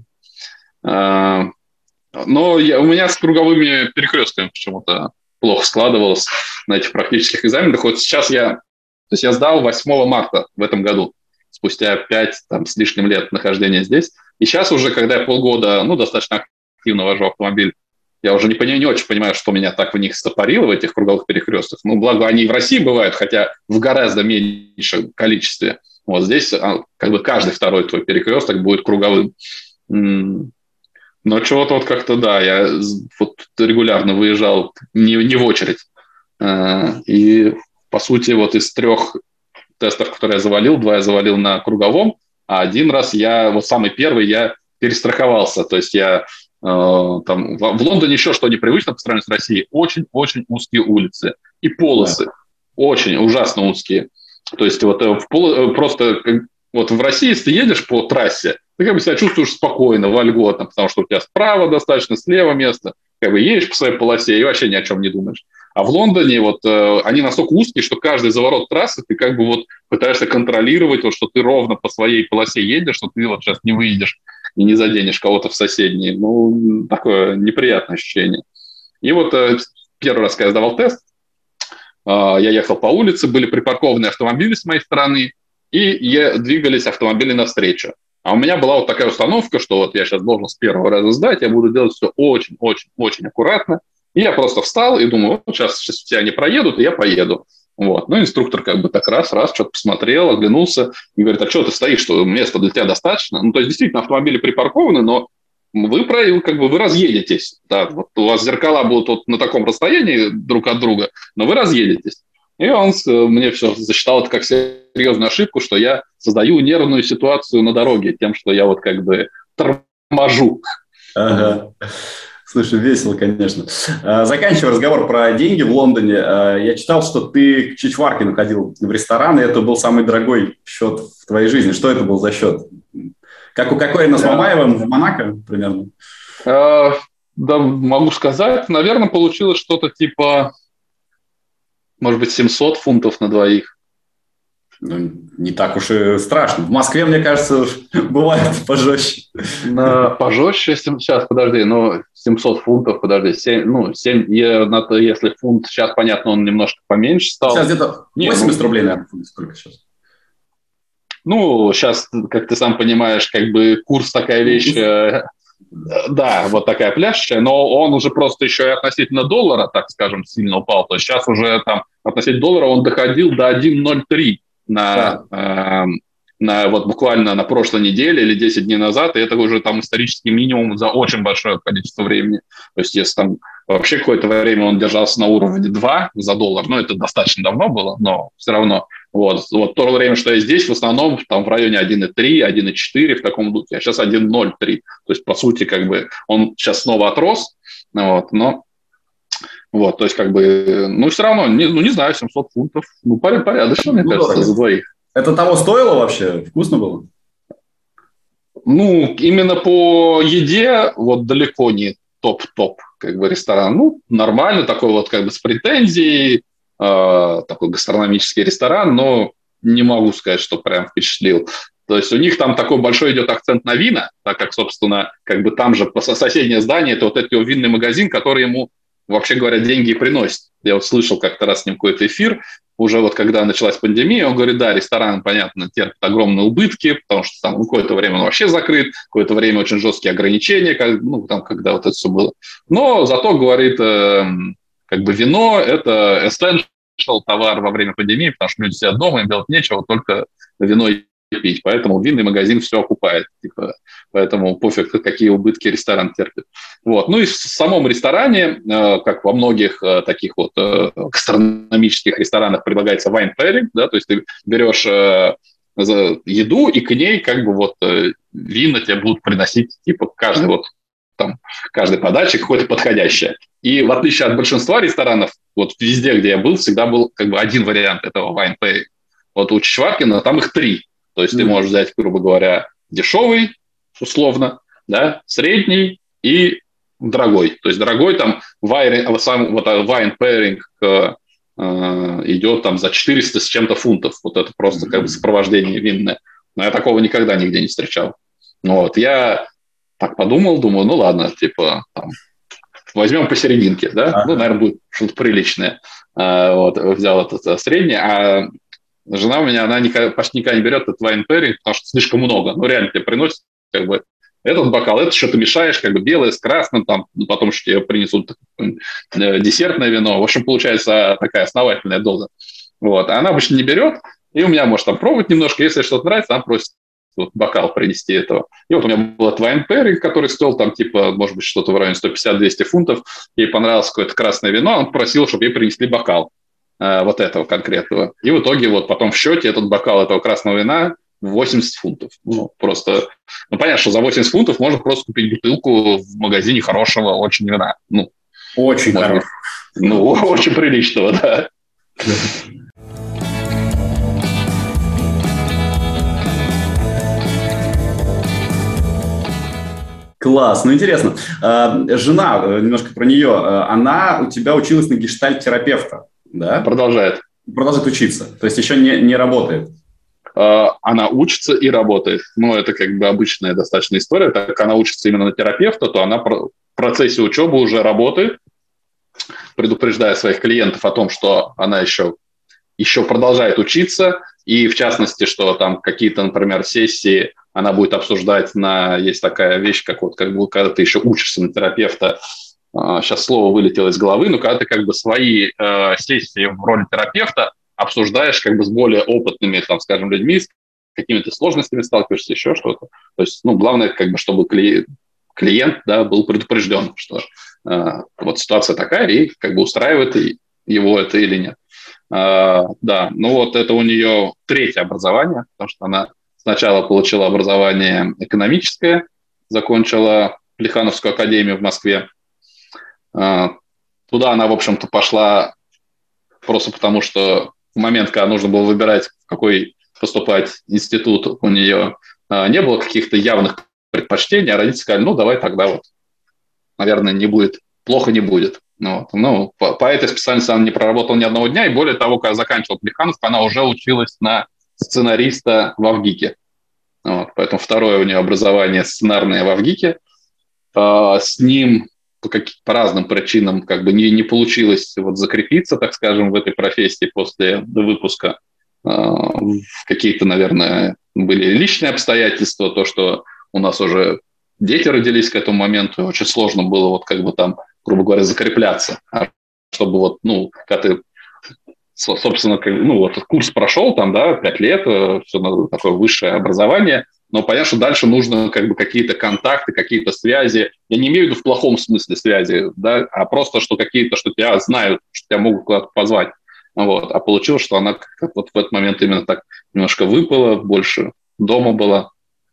Но у меня с круговыми перекрестками почему-то плохо складывалось на этих практических экзаменах. Вот сейчас я сдал 8 марта в этом году, спустя 5 с лишним лет нахождения здесь. И сейчас уже, когда я полгода, достаточно активно вожу автомобиль, я уже не очень понимаю, что меня так в них стопорило, в этих круговых перекрестках. Благо, они и в России бывают, хотя в гораздо меньшем количестве. Вот здесь как бы каждый второй твой перекресток будет круговым. Но чего-то вот как-то, да, я вот регулярно выезжал не в очередь. И, по сути, вот из 3 тестов, которые я завалил, 2 я завалил на круговом, а 1 раз вот самый первый, я перестраховался. То есть я там в Лондоне еще что непривычно по сравнению с Россией, очень-очень узкие улицы и полосы, очень ужасно узкие. То есть вот просто вот в России, если ты едешь по трассе, ты как бы себя чувствуешь спокойно, вольготно, потому что у тебя справа достаточно, слева место, как бы едешь по своей полосе и вообще ни о чем не думаешь. А в Лондоне вот они настолько узкие, что каждый заворот трассы ты как бы вот пытаешься контролировать, вот, что ты ровно по своей полосе едешь, что ты вот сейчас не выйдешь и не заденешь кого-то в соседней. Ну, такое неприятное ощущение. И вот первый раз, когда я сдавал тест, я ехал по улице, были припаркованы автомобили с моей стороны, и двигались автомобили навстречу. А у меня была вот такая установка, что вот я сейчас должен с первого раза сдать, я буду делать все очень-очень-очень аккуратно. И я просто встал и думаю, вот сейчас все они проедут, и я поеду. Вот. Ну, инструктор как бы так раз, что-то посмотрел, оглянулся и говорит, а что ты стоишь, что места для тебя достаточно? Ну, то есть, действительно, автомобили припаркованы, но вы разъедетесь. Да, вот у вас зеркала будут вот на таком расстоянии друг от друга, но вы разъедетесь. И он мне все засчитал это как серьезную ошибку, что я создаю нервную ситуацию на дороге тем, что я вот как бы торможу. Ага. Слушай, весело, конечно. Заканчивая разговор про деньги в Лондоне, я читал, что ты к Чичваркину ходил в ресторан, и это был самый дорогой счет в твоей жизни. Что это был за счет? Как у Кокорина с Мамаевым в Монако примерно? Да, могу сказать. Наверное, получилось что-то типа, может быть, 700 фунтов на двоих. Ну, не так уж и страшно. В Москве, мне кажется, бывает пожестче. Пожестче? Сейчас, подожди, 700 фунтов, подожди. 7, если фунт, сейчас, понятно, он немножко поменьше стал. Сейчас где-то 80 рублей, наверное, фунт. Сколько сейчас? Ну, сейчас, как ты сам понимаешь, как бы курс такая вещь, да, вот такая пляшущая, но он уже просто еще и относительно доллара, так скажем, сильно упал. То есть сейчас уже там относительно доллара он доходил до 1,03 вот буквально на прошлой неделе или 10 дней назад, и это уже там исторический минимум за очень большое количество времени. То есть если там вообще какое-то время он держался на уровне 2 за доллар, это достаточно давно было, но все равно. Вот то время, что я здесь, в основном там в районе 1,3, 1,4 в таком духе, а сейчас 1,03. То есть, по сути, как бы он сейчас снова отрос, то есть, как бы, все равно, не знаю, 700 фунтов, порядочно, мне кажется, дорого. За двоих. Это того стоило вообще? Вкусно было? Именно по еде, вот далеко не топ-топ, как бы, ресторан. Нормально, такой вот, как бы, с претензией, такой гастрономический ресторан, но не могу сказать, что прям впечатлил. То есть у них там такой большой идет акцент на вина, так как, собственно, как бы там же соседнее здание, это вот этот его винный магазин, который ему, вообще говоря, деньги приносит. Я вот слышал как-то раз с ним какой-то эфир, уже вот когда началась пандемия, он говорит, да, ресторан, понятно, терпит огромные убытки, потому что там какое-то время он вообще закрыт, какое-то время очень жесткие ограничения, когда вот это все было. Но зато, говорит, как бы вино – это essential товар во время пандемии, потому что люди сидят дома, им делать нечего, только вино и пить. Поэтому винный магазин все окупает. Поэтому пофиг, какие убытки ресторан терпит. И в самом ресторане, как во многих таких вот гастрономических ресторанах, предлагается wine pairing, да, то есть ты берешь еду, и к ней как бы вот вина тебе будут приносить типа каждой подаче какое-то подходящее. И в отличие от большинства ресторанов, вот везде, где я был, всегда был как бы один вариант этого wine pairing. Вот у Чичваркина там их 3. То есть ты можешь взять, грубо говоря, дешевый, условно, да, средний и дорогой. То есть дорогой там wine pairing идет там за 400 с чем-то фунтов. Вот это просто как бы сопровождение винное. Но я такого никогда нигде не встречал. Я так подумал, думаю, ладно, типа там, возьмем посерединке, да, наверное, будет что-то приличное. Взял это среднее, а жена у меня, она почти никогда не берет этот wine pairing, потому что слишком много. Реально тебе приносит как бы этот бокал, это что-то мешаешь, как бы белое с красным, там, потом что тебе принесут десертное вино. В общем, получается такая основательная доза. А она обычно не берет, И у меня может там пробовать немножко, если что-то нравится, она просит вот, бокал принести этого. И вот у меня был wine pairing, который стоил там типа, может быть, что-то в районе 150-200 фунтов. Ей понравилось какое-то красное вино, он просил, чтобы ей принесли бокал вот этого конкретного. И в итоге вот потом в счете этот бокал этого красного вина 80 фунтов. Ну, просто, ну, понятно, что за 80 фунтов можно просто купить бутылку в магазине хорошего очень вина. Ну, Очень хорошего. Ну, очень приличного, да. Класс, ну интересно. Жена, немножко про нее, она у тебя училась на гештальт-терапевта, да? Продолжает учиться, то есть еще не работает. Она учится и работает. Ну, это как бы обычная достаточно история. Так как она учится именно на терапевта, то она в процессе учебы уже работает, предупреждая своих клиентов о том, что она еще продолжает учиться, и в частности, что там какие-то, например, сессии она будет обсуждать есть такая вещь, как вот как бы, когда ты еще учишься на терапевта, сейчас слово вылетело из головы, но когда ты как бы свои сессии в роли терапевта обсуждаешь как бы с более опытными, там, скажем, людьми, с какими-то сложностями сталкиваешься, еще что-то. То есть, ну, главное, как бы, чтобы клиент, да, был предупрежден, что вот ситуация такая, и как бы устраивает его это или нет. Да, ну вот это у нее третье образование, потому что она сначала получила образование экономическое, закончила Плехановскую академию в Москве. Туда она, в общем-то, пошла просто потому, что в момент, когда нужно было выбирать, в какой поступать институт, у нее не было каких-то явных предпочтений, а родители сказали, ну, давай тогда вот, наверное, плохо не будет. Ну, по этой специальности она не проработала ни одного дня, и более того, когда заканчивала Плехановскую, она уже училась на сценариста в Авгике. Вот, поэтому второе у нее образование сценарное в Авгике. С ним по разным причинам как бы не получилось вот закрепиться, так скажем, в этой профессии после выпуска. Какие-то, наверное, были личные обстоятельства, то, что у нас уже дети родились к этому моменту, и очень сложно было вот как бы там, грубо говоря, закрепляться. Чтобы вот, ну, когда ты, собственно, ну, вот курс прошел там, да, 5 лет, все такое высшее образование, но понятно, что дальше нужно как бы какие-то контакты, какие-то связи. Я не имею в виду в плохом смысле связи, да, а просто, что какие-то, что тебя знают, что тебя могут куда-то позвать. Вот. А получилось, что она вот в этот момент именно так немножко выпала, больше дома была.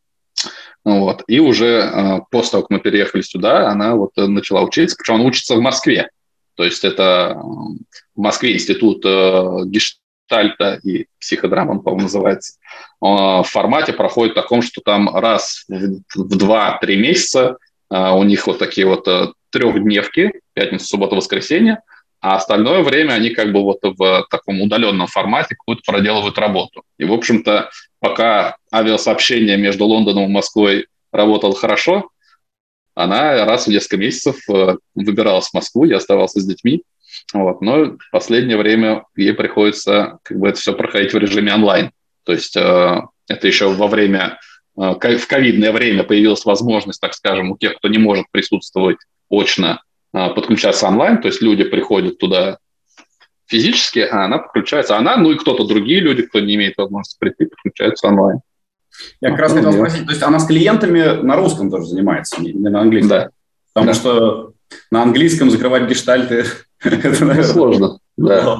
Вот. И уже после того, как мы переехали сюда, она вот начала учиться, причем она учится в Москве. То есть это в Москве институт гештальта и психодрамы, он, по-моему, называется. В формате проходит в таком, что там раз в 2-3 месяца у них вот такие вот трехдневки, пятница, суббота, воскресенье, а остальное время они как бы вот в таком удаленном формате какую-то проделывают работу. И, в общем-то, пока авиасообщение между Лондоном и Москвой работало хорошо, она раз в несколько месяцев выбиралась в Москву, я оставался с детьми. Вот. Но в последнее время ей приходится как бы это все проходить в режиме онлайн. То есть это еще во время, в ковидное время появилась возможность, так скажем, у тех, кто не может присутствовать очно, подключаться онлайн. То есть люди приходят туда физически, а она подключается. Она, ну и кто-то другие люди, кто не имеет возможности прийти, подключаются онлайн. Я как раз хотел спросить, то есть она с клиентами на русском тоже занимается, не на английском? Да. Потому что на английском закрывать гештальты это, наверное, сложно. Да.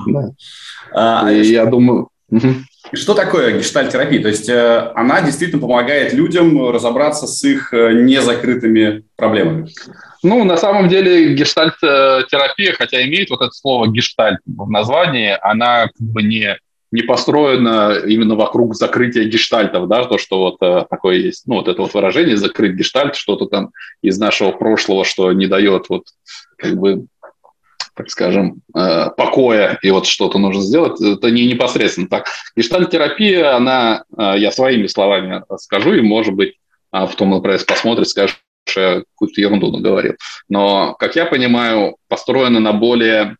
Я думаю... Что такое гештальт-терапия? То есть она действительно помогает людям разобраться с их незакрытыми проблемами? Ну, на самом деле гештальт-терапия, хотя имеет вот это слово гештальт в названии, она как бы не построена именно вокруг закрытия гештальтов, да, то, что вот такое есть, ну, вот это вот выражение «закрыть гештальт», что-то там из нашего прошлого, что не дает вот как бы, так скажем, покоя, и вот что-то нужно сделать, это не непосредственно так. Гештальт-терапия, она, я своими словами скажу, и, может быть, потом, например, посмотрит, скажет, что я какую-то ерунду наговорил. Но, как я понимаю, построена на более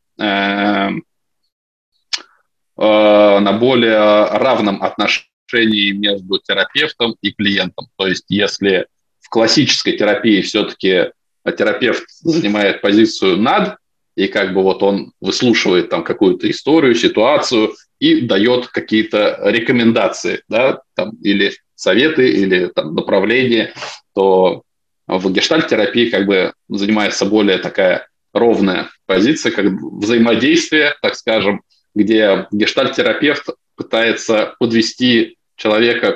равном отношении между терапевтом и клиентом. То есть если в классической терапии все-таки терапевт занимает позицию над и как бы вот он выслушивает там какую-то историю, ситуацию и дает какие-то рекомендации, да, там, или советы, или там направления, то в гештальт-терапии как бы занимается более такая ровная позиция, как взаимодействие, так скажем, где гештальт-терапевт пытается подвести человека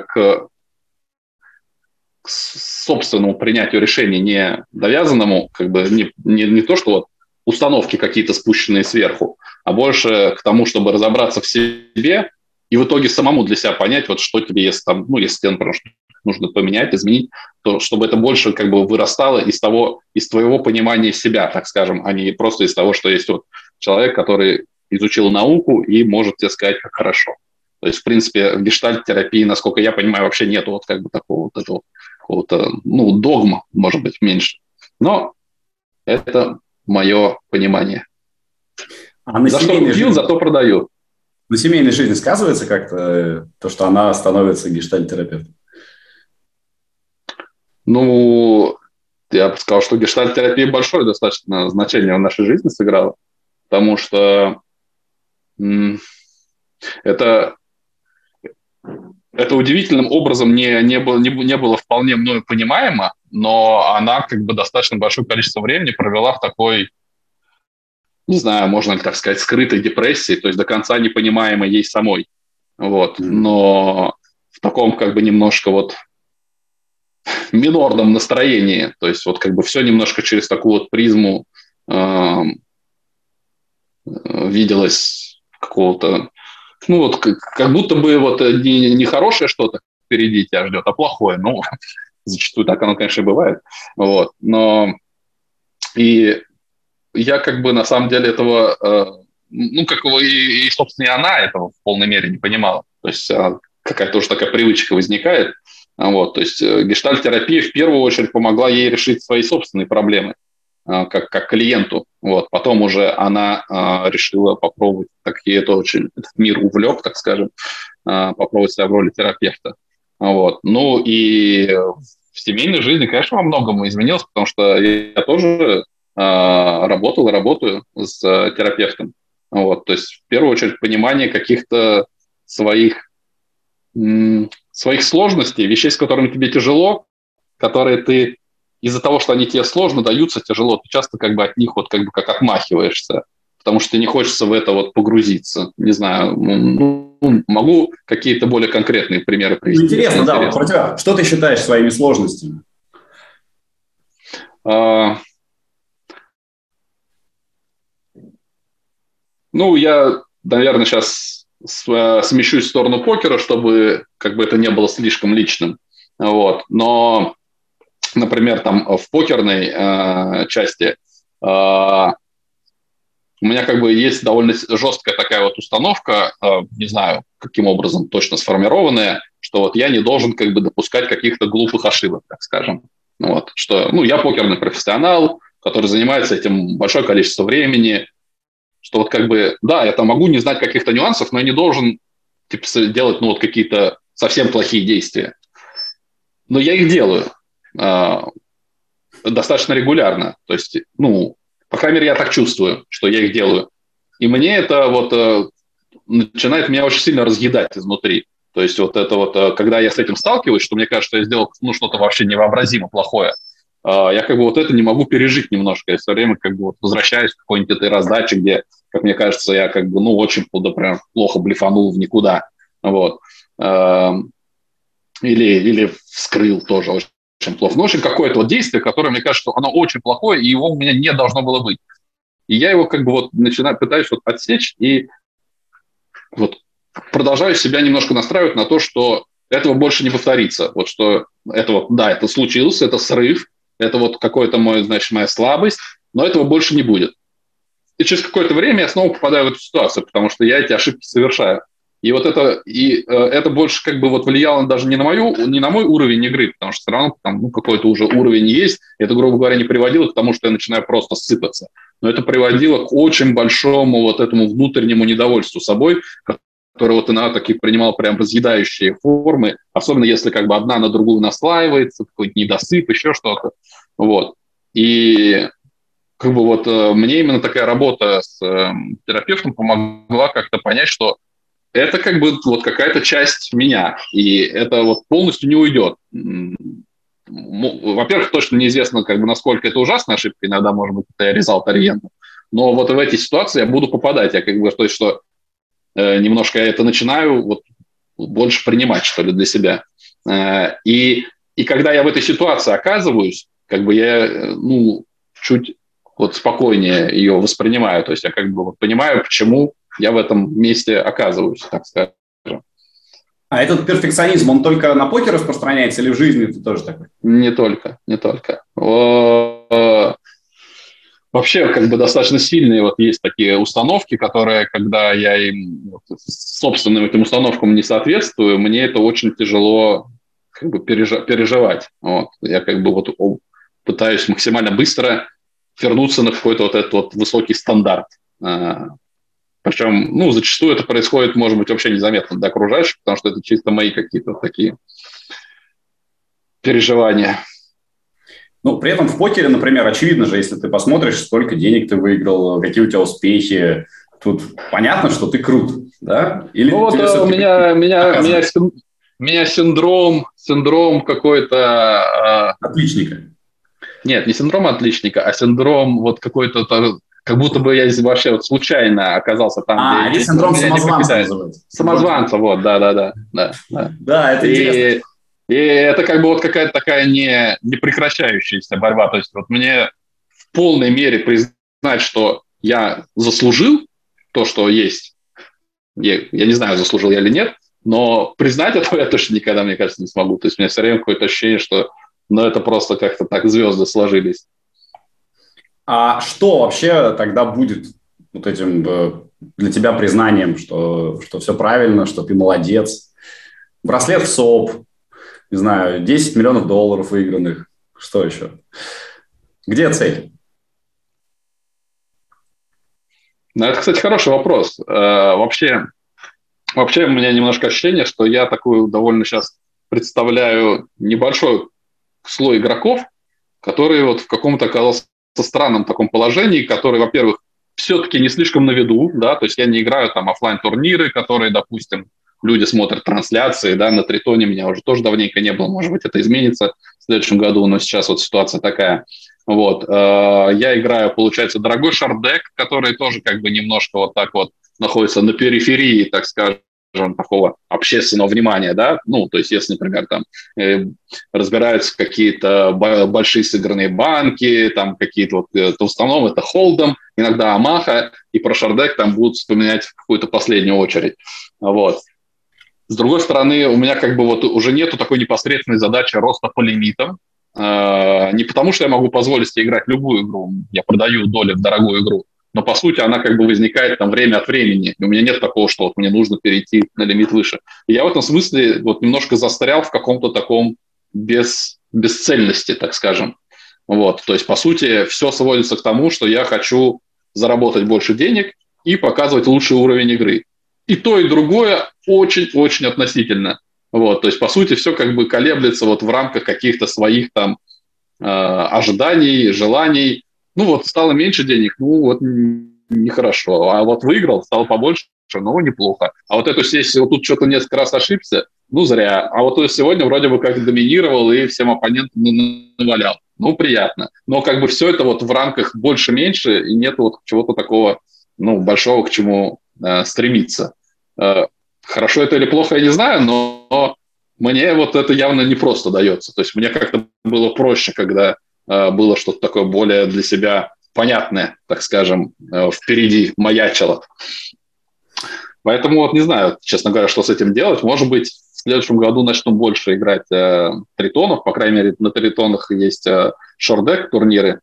к собственному принятию решений, не навязанному, как бы не то, что вот установки какие-то спущенные сверху, а больше к тому, чтобы разобраться в себе и в итоге самому для себя понять, вот что тебе, если там, ну, если тебе, например, нужно поменять, изменить, то чтобы это больше как бы вырастало из твоего понимания себя, так скажем, а не просто из того, что есть вот человек, который изучил науку и может тебе сказать, как хорошо. То есть, в принципе, в гештальт-терапии, насколько я понимаю, вообще нету вот как бы такого вот этого какого-то, ну, догма, может быть, меньше. Но это мое понимание. А на За что пью, зато продаю. На семейной жизни сказывается как-то то, что она становится гештальт-терапевтом? Ну, я бы сказал, что гештальт-терапия большое достаточно значение в нашей жизни сыграла, потому что это удивительным образом не было вполне мною понимаемо, но она как бы достаточно большое количество времени провела в такой, не знаю, можно ли так сказать, скрытой депрессии, то есть до конца непонимаемой ей самой. Вот. Но в таком как бы немножко вот минорном настроении, то есть вот как бы все немножко через такую вот призму виделось какого-то, ну вот как будто бы вот не хорошее что-то впереди тебя ждет, а плохое. Ну, зачастую так оно, конечно, и бывает. Вот. Но и я как бы на самом деле этого, ну, как и, собственно, и она этого в полной мере не понимала. То есть какая-то уже такая привычка возникает. Вот. То есть гештальт-терапия в первую очередь помогла ей решить свои собственные проблемы как клиенту. Вот. Потом уже она решила попробовать, так ей это очень этот мир увлек, так скажем, попробовать себя в роли терапевта. Вот. Ну и в семейной жизни, конечно, во многом изменилось, потому что я тоже работал и работаю с терапевтом. Вот. То есть в первую очередь понимание каких-то своих сложностей, вещей, с которыми тебе тяжело, которые ты из-за того, что они тебе сложно даются, тяжело, ты часто как бы от них вот как бы как отмахиваешься, потому что не хочется в это вот погрузиться. Не знаю, могу какие-то более конкретные примеры привести. Интересно, да, вот про тебя. Что ты считаешь своими сложностями? Ну, я, наверное, сейчас смещусь в сторону покера, чтобы как бы это не было слишком личным. Вот. Но, например, там в покерной части у меня как бы есть довольно жесткая такая вот установка, не знаю, каким образом точно сформированная, что вот я не должен как бы допускать каких-то глупых ошибок, так скажем. Вот. Что, ну, я покерный профессионал, который занимается этим большое количество времени, что вот как бы, да, я там могу не знать каких-то нюансов, но я не должен типа делать, ну, вот какие-то совсем плохие действия. Но я их делаю достаточно регулярно. То есть, ну, по крайней мере, я так чувствую, что я их делаю. И мне это вот начинает меня очень сильно разъедать изнутри. То есть вот это вот, когда я с этим сталкиваюсь, что мне кажется, что я сделал ну, что-то вообще невообразимо плохое, я как бы вот это не могу пережить немножко. Я все время как бы вот возвращаюсь к какой-нибудь этой раздаче, где, как мне кажется, я как бы, ну, очень, например, плохо блефанул в никуда. Вот. Или вскрыл тоже очень плохо. Ну, в общем, какое-то вот действие, которое, мне кажется, что оно очень плохое, и его у меня не должно было быть. И я его как бы вот пытаюсь вот отсечь и вот продолжаю себя немножко настраивать на то, что этого больше не повторится. Вот что это вот, да, это случилось, это срыв, это вот какой-то моя слабость, но этого больше не будет. И через какое-то время я снова попадаю в эту ситуацию, потому что я эти ошибки совершаю. И вот это больше как бы вот влияло даже не на мой уровень игры, потому что все равно там, ну, какой-то уже уровень есть. Это, грубо говоря, не приводило к тому, что я начинаю просто сыпаться. Но это приводило к очень большому вот этому внутреннему недовольству собой, которое вот иногда такие принимал прям разъедающие формы, особенно если как бы одна на другую наслаивается, какой-то недосып, еще что-то. Вот. И как бы вот мне именно такая работа с терапевтом помогла как-то понять, что это как бы вот какая-то часть меня, и это вот полностью не уйдет. Во-первых, точно неизвестно, как бы, насколько это ужасная ошибка, иногда, может быть, это результат-ориентом, но вот в эти ситуации я буду попадать, я как бы, то есть, что немножко я это начинаю вот больше принимать, что ли, для себя. И когда я в этой ситуации оказываюсь, как бы я, ну, чуть вот спокойнее ее воспринимаю, то есть я как бы вот понимаю, почему я в этом месте оказываюсь, так скажем. А этот перфекционизм, он только на покер распространяется или в жизни ты тоже такой? Не только. Вообще, как бы достаточно сильные вот есть такие установки, которые, когда я им собственным этим установкам не соответствую, мне это очень тяжело как бы переживать. Вот. Я как бы вот пытаюсь максимально быстро вернуться на какой-то вот этот вот высокий стандарт. Причем, ну, зачастую это происходит, может быть, вообще незаметно для окружающих, потому что это чисто мои какие-то такие переживания. Ну, при этом в покере, например, очевидно же, если ты посмотришь, сколько денег ты выиграл, какие у тебя успехи, тут понятно, что ты крут, да? Или ну, вот у меня синдром какой-то... Отличника. Нет, не синдром отличника, а синдром вот какой-то, как будто бы я вообще вот случайно оказался там, где... синдром самозванца называется. Самозванца, вот, да. Да, это интересно. И это как бы вот какая-то такая не прекращающаяся борьба. То есть вот мне в полной мере признать, что я заслужил то, что есть. Я не знаю, заслужил я или нет, но признать этого я точно никогда, мне кажется, не смогу. То есть у меня все время какое-то ощущение, что это просто как-то так звезды сложились. А что вообще тогда будет вот этим для тебя признанием, что все правильно, что ты молодец? Браслет в СОП, не знаю, 10 миллионов долларов выигранных. Что еще? Где цель? Ну, это, кстати, хороший вопрос. Вообще у меня немножко ощущение, что я такую довольно сейчас представляю небольшой слой игроков, которые вот в каком-то оказался странном таком положении, которые, во-первых, все-таки не слишком на виду, да, то есть я не играю там офлайн-турниры, которые, допустим, люди смотрят трансляции, да, на Тритоне меня уже тоже давненько не было, может быть, это изменится в следующем году, но сейчас вот ситуация такая. Вот. Я играю, получается, дорогой шардек, который тоже как бы немножко вот так вот находится на периферии, так скажем, такого общественного внимания, да, ну, то есть если, например, там разбираются какие-то большие сыгранные банки, там какие-то вот то в основном это холдом, иногда Амаха, и про шардек там будут вспоминать в какую-то последнюю очередь, вот. С другой стороны, у меня как бы вот уже нету такой непосредственной задачи роста по лимитам, не потому что я могу позволить себе играть любую игру, я продаю доли в дорогую игру, но, по сути, она как бы возникает там время от времени. И у меня нет такого, что вот мне нужно перейти на лимит выше. И я в этом смысле вот немножко застрял в каком-то таком бесцельности, так скажем. Вот. То есть, по сути, все сводится к тому, что я хочу заработать больше денег и показывать лучший уровень игры. И то, и другое очень-очень относительно. Вот. То есть, по сути, все как бы колеблется вот в рамках каких-то своих там ожиданий, желаний. Ну вот стало меньше денег, ну вот нехорошо. А вот выиграл, стало побольше, ну неплохо. А вот эту сессию, вот тут что-то несколько раз ошибся, ну зря. А вот сегодня вроде бы как доминировал и всем оппонентам навалял. Ну приятно. Но как бы все это вот в рамках больше-меньше, и нет вот чего-то такого, ну, большого, к чему стремиться. Хорошо это или плохо, я не знаю, но мне вот это явно не просто дается. То есть мне как-то было проще, когда было что-то такое более для себя понятное, так скажем, впереди маячило. Поэтому вот не знаю, честно говоря, что с этим делать. Может быть, в следующем году начну больше играть тритонов. По крайней мере, на тритонах есть шордек турниры.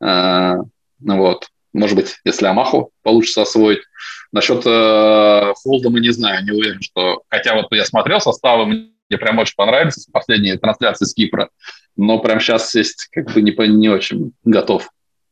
Вот. Может быть, если Амаху получится освоить. Насчет холдома не знаю, не уверен, что... Хотя вот я смотрел составы, мне прям очень понравились последние трансляции с Кипра, но прям сейчас есть как бы не очень готов.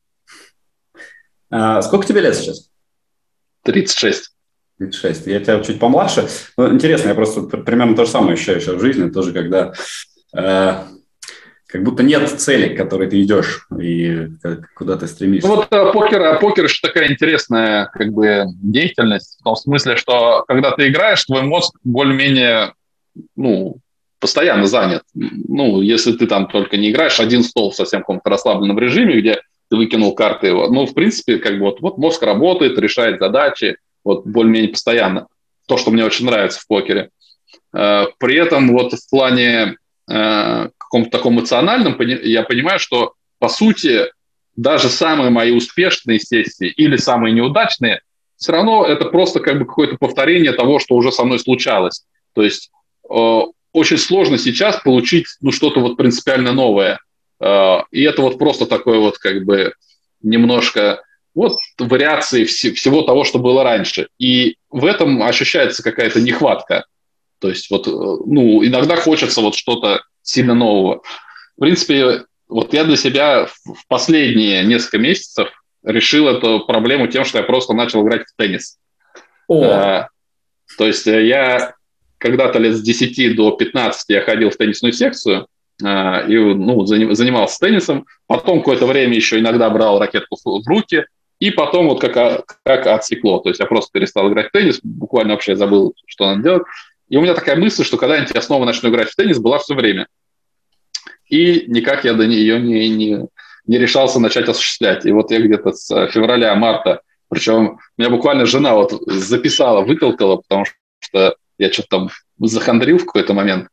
Сколько тебе лет сейчас? 36. 36. Я тебя чуть помладше. Ну, интересно, я просто примерно то же самое ощущаю сейчас в жизни. Тоже, когда как будто нет цели, к которой ты идешь и куда ты стремишься. Ну вот покер же такая интересная как бы деятельность, в том смысле, что когда ты играешь, твой мозг более-менее, ну, постоянно занят. Ну, если ты там только не играешь один стол в совсем каком-то расслабленном режиме, где ты выкинул карты его, ну, в принципе, как бы вот мозг работает, решает задачи, вот более-менее постоянно. То, что мне очень нравится в покере. При этом вот в плане каком-то таком эмоциональном я понимаю, что, по сути, даже самые мои успешные сессии или самые неудачные, все равно это просто как бы какое-то повторение того, что уже со мной случалось. То есть очень сложно сейчас получить ну, что-то вот принципиально новое. И это вот просто такое вот как бы немножко вот вариации всего того, что было раньше. И в этом ощущается какая-то нехватка. То есть вот, ну, иногда хочется вот что-то сильно нового. В принципе, вот я для себя в последние несколько месяцев решил эту проблему тем, что я просто начал играть в теннис. То есть я когда-то лет с 10 до 15 я ходил в теннисную секцию и ну, занимался теннисом. Потом какое-то время еще иногда брал ракетку в руки. И потом вот как отсекло. То есть я просто перестал играть в теннис, буквально вообще забыл, что надо делать. И у меня такая мысль, что когда-нибудь я снова начну играть в теннис, была все время. И никак я до нее не решался начать осуществлять. И вот я где-то с февраля-марта, причем меня буквально жена вот записала, вытолкала, потому что я что-то там захандрил в какой-то момент.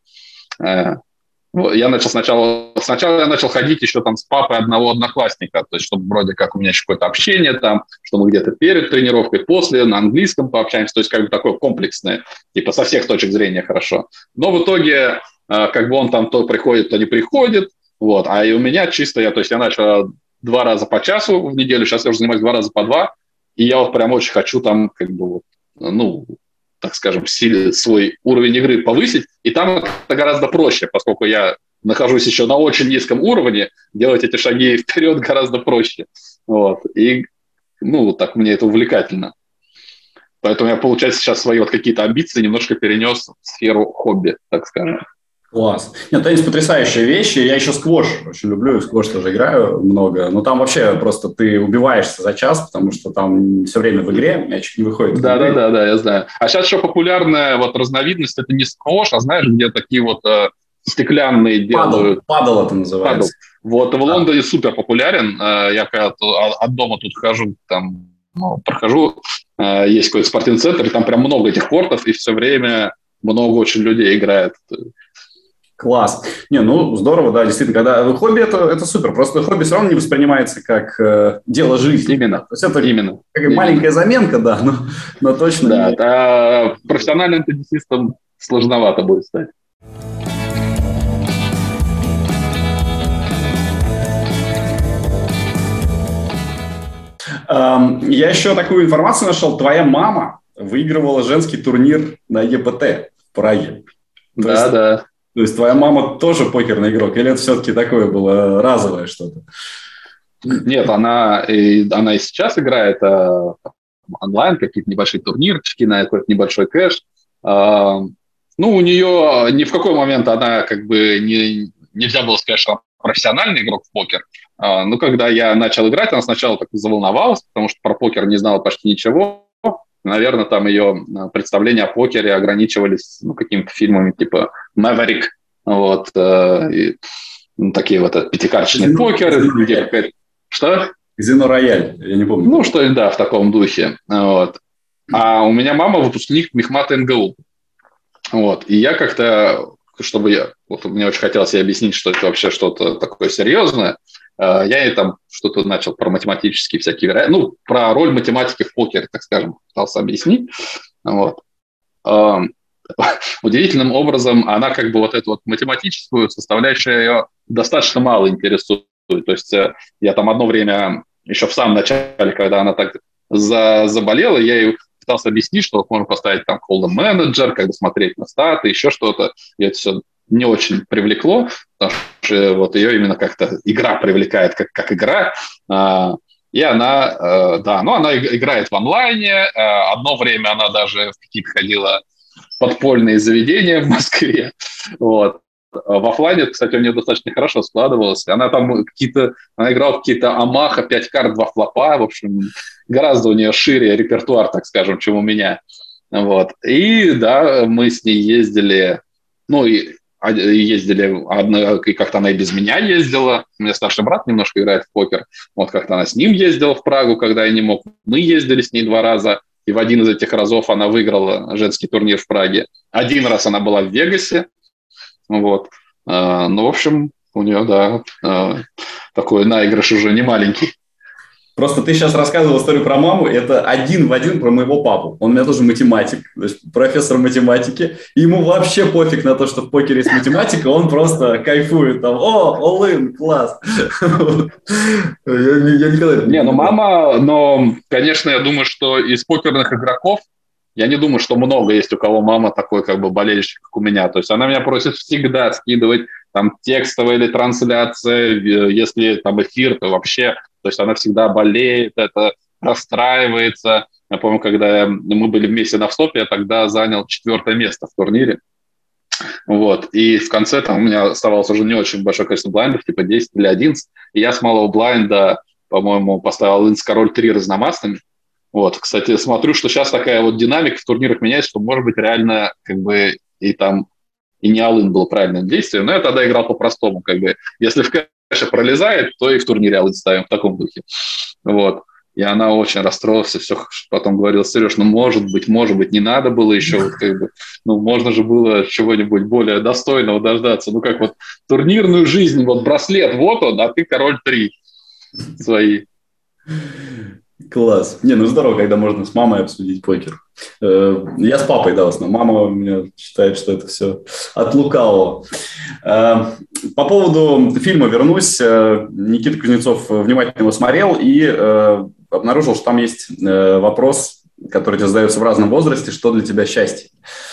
Я начал сначала я начал ходить еще там с папой одного одноклассника, то есть чтобы вроде как у меня еще какое-то общение там, что мы где-то перед тренировкой, после, на английском пообщаемся, то есть как бы такое комплексное, типа со всех точек зрения хорошо. Но в итоге как бы он там то приходит, то не приходит, вот, а и у меня чисто, я начал 2 раза по часу в неделю, сейчас я уже занимаюсь 2 раза по 2, и я вот прям очень хочу там как бы вот, ну, так скажем, свой уровень игры повысить, и там это гораздо проще, поскольку я нахожусь еще на очень низком уровне, делать эти шаги вперед гораздо проще. Вот. И, ну, так мне это увлекательно. Поэтому я, получается, сейчас свои вот какие-то амбиции немножко перенес в сферу хобби, так скажем. Класс. Нет, теннис потрясающая вещь. Я еще сквош очень люблю, в сквош тоже играю много. Но там вообще просто ты убиваешься за час, потому что там все время в игре, мячик не выходит. Да, я знаю. А сейчас еще популярная вот разновидность, это не сквош, а знаешь, где такие вот стеклянные делают. Падал это называется. Вот, в Лондоне супер популярен. Я когда от дома тут хожу, там, прохожу, есть какой-то спортивный центр, и там прям много этих кортов, и все время много очень людей играет. Класс. Не, ну, здорово, да, действительно. Когда хобби это супер. Просто хобби все равно не воспринимается как дело жизни. Именно. То есть это именно. Маленькая заменка, да, но точно. Да, да, профессиональным теннисистом сложновато будет стать. Я еще такую информацию нашел. Твоя мама выигрывала женский турнир на ЕПТ в Праге. Да. То есть твоя мама тоже покерный игрок? Или это все-таки такое было разовое что-то? Нет, она и сейчас играет онлайн, какие-то небольшие турнирчики на какой-то небольшой кэш. Ну, у нее ни в какой момент она как бы нельзя было сказать, что она профессиональный игрок в покер. Но когда я начал играть, она сначала так заволновалась, потому что про покер не знала почти ничего. Наверное, там ее представления о покере ограничивались какими-то фильмами типа «Мэверик», вот, и, такие вот пятикарточные покеры. Что? Казино Рояль, я не помню. Ну, что да, в таком духе. Вот. А у меня мама выпускник мехмата МГУ. Вот. И я как-то, вот мне очень хотелось ей объяснить, что это вообще что-то такое серьезное, я ей там что-то начал про математические всякие вероятности, про роль математики в покере, так скажем, пытался объяснить. Вот. Удивительным образом она как бы вот эту вот математическую составляющую ее достаточно мало интересует. То есть я там одно время, еще в самом начале, когда она так заболела, я ей пытался объяснить, что можно поставить там Hold'em Manager, как бы смотреть на статы, еще что-то. И это все не очень привлекло, потому что вот ее именно как-то игра привлекает как игра. И она, она играет в онлайне. Одно время она даже в какие-то ходила подпольные заведения в Москве. Вот. в оффлайне, кстати, у нее достаточно хорошо складывалось. Она играла какие-то Амаха, 5 карт, 2 флопа. В общем, гораздо у нее шире репертуар, так скажем, чем у меня. Вот. И да, мы с ней ездили, и как-то она и без меня ездила. У меня старший брат немножко играет в покер. Вот как-то она с ним ездила в Прагу, когда я не мог. Мы ездили с ней 2 раза. И в один из этих разов она выиграла женский турнир в Праге. 1 раз она была в Вегасе. Вот. В общем, у нее, да, такой наигрыш уже не маленький. Просто ты сейчас рассказывал историю про маму, это 1 в 1 про моего папу. Он у меня тоже математик, то есть профессор математики. И ему вообще пофиг на то, что в покере есть математика, он просто кайфует там. All-in, класс. Я никогда не мама, но, конечно, я думаю, что из покерных игроков, я не думаю, что много есть у кого мама такой как бы болельщик, как у меня. То есть она меня просит всегда скидывать там текстовая или трансляция, если там эфир, то вообще, то есть она всегда болеет, это расстраивается. Я помню, когда мы были вместе на встопе, я тогда занял 4-е место в турнире. Вот. И в конце там у меня оставалось уже не очень большое количество блайндов, типа 10 или 11. И я с малого блайнда, по-моему, поставил инс король 3 разномастными. Вот, кстати, смотрю, что сейчас такая вот динамика в турнирах меняется, что, может быть, реально как бы и там и не all-in было правильным действием, но я тогда играл по-простому, как бы, если в кэше пролезает, то и в турнире all-in ставим в таком духе. Вот. И она очень расстроилась, и все потом говорила: Сереж, может быть, не надо было еще, вот, как бы, можно же было чего-нибудь более достойного дождаться. Как вот турнирную жизнь, вот браслет, вот он, а ты король 3 свои. Класс. Здорово, когда можно с мамой обсудить покер. Я с папой, да, в основном. Мама у меня считает, что это все от лукавого. По поводу фильма вернусь. Никита Кузнецов внимательно его смотрел и обнаружил, что там есть вопрос, который тебе задается в разном возрасте: что для тебя счастье?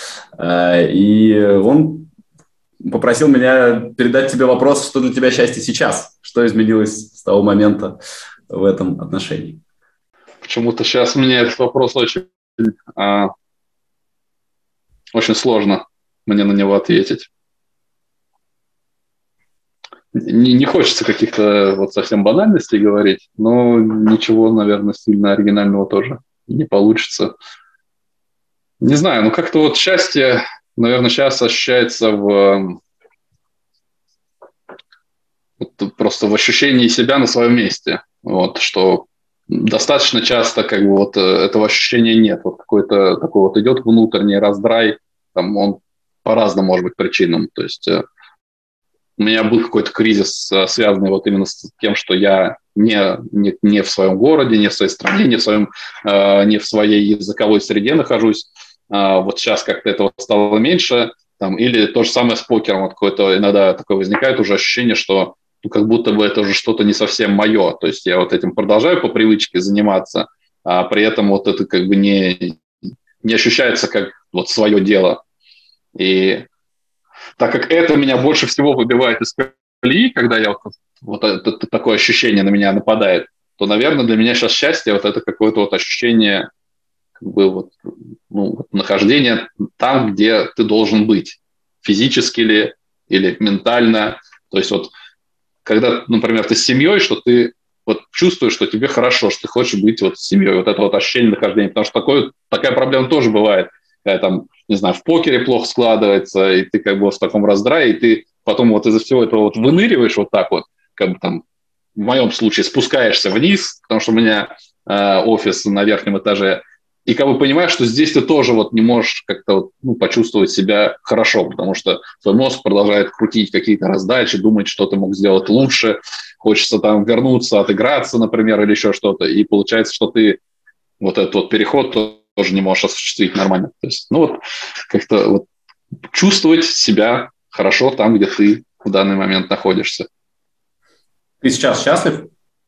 И он попросил меня передать тебе вопрос: что для тебя счастье сейчас? Что изменилось с того момента в этом отношении? Почему-то сейчас мне этот вопрос очень сложно мне на него ответить. Не хочется каких-то вот совсем банальностей говорить, но ничего, наверное, сильно оригинального тоже не получится. Не знаю, как-то вот счастье, наверное, сейчас ощущается просто в ощущении себя на своем месте. Вот, что достаточно часто как бы вот этого ощущения нет. Вот какой-то такой вот идет внутренний раздрай, там он по разным, может быть, причинам. То есть у меня был какой-то кризис, связанный вот именно с тем, что я не в своем городе, не в своей стране, не в своей языковой среде нахожусь. Вот сейчас как-то этого стало меньше. Или то же самое с покером. Вот какое-то иногда такое возникает уже ощущение, что как будто бы это уже что-то не совсем мое. То есть я вот этим продолжаю по привычке заниматься, а при этом вот это как бы не ощущается как вот свое дело. И так как это меня больше всего выбивает из колеи, когда я вот это такое ощущение на меня нападает, то, наверное, для меня сейчас счастье вот это какое-то вот ощущение как бы вот, нахождения там, где ты должен быть. Физически ли или ментально. То есть вот когда, например, ты с семьей, что ты вот чувствуешь, что тебе хорошо, что ты хочешь быть вот с семьей. Вот это вот ощущение нахождения. Потому что такая проблема тоже бывает. Когда там, не знаю, в покере плохо складывается, и ты как бы в таком раздрае, и ты потом вот из-за всего этого вот выныриваешь вот так вот, как бы там, в моем случае, спускаешься вниз, потому что у меня офис на верхнем этаже, и как бы понимаешь, что здесь ты тоже вот не можешь как-то вот, почувствовать себя хорошо, потому что твой мозг продолжает крутить какие-то раздачи, думать, что ты мог сделать лучше, хочется там вернуться, отыграться, например, или еще что-то, и получается, что ты вот этот вот переход тоже не можешь осуществить нормально. То есть, как-то вот чувствовать себя хорошо там, где ты в данный момент находишься. Ты сейчас счастлив?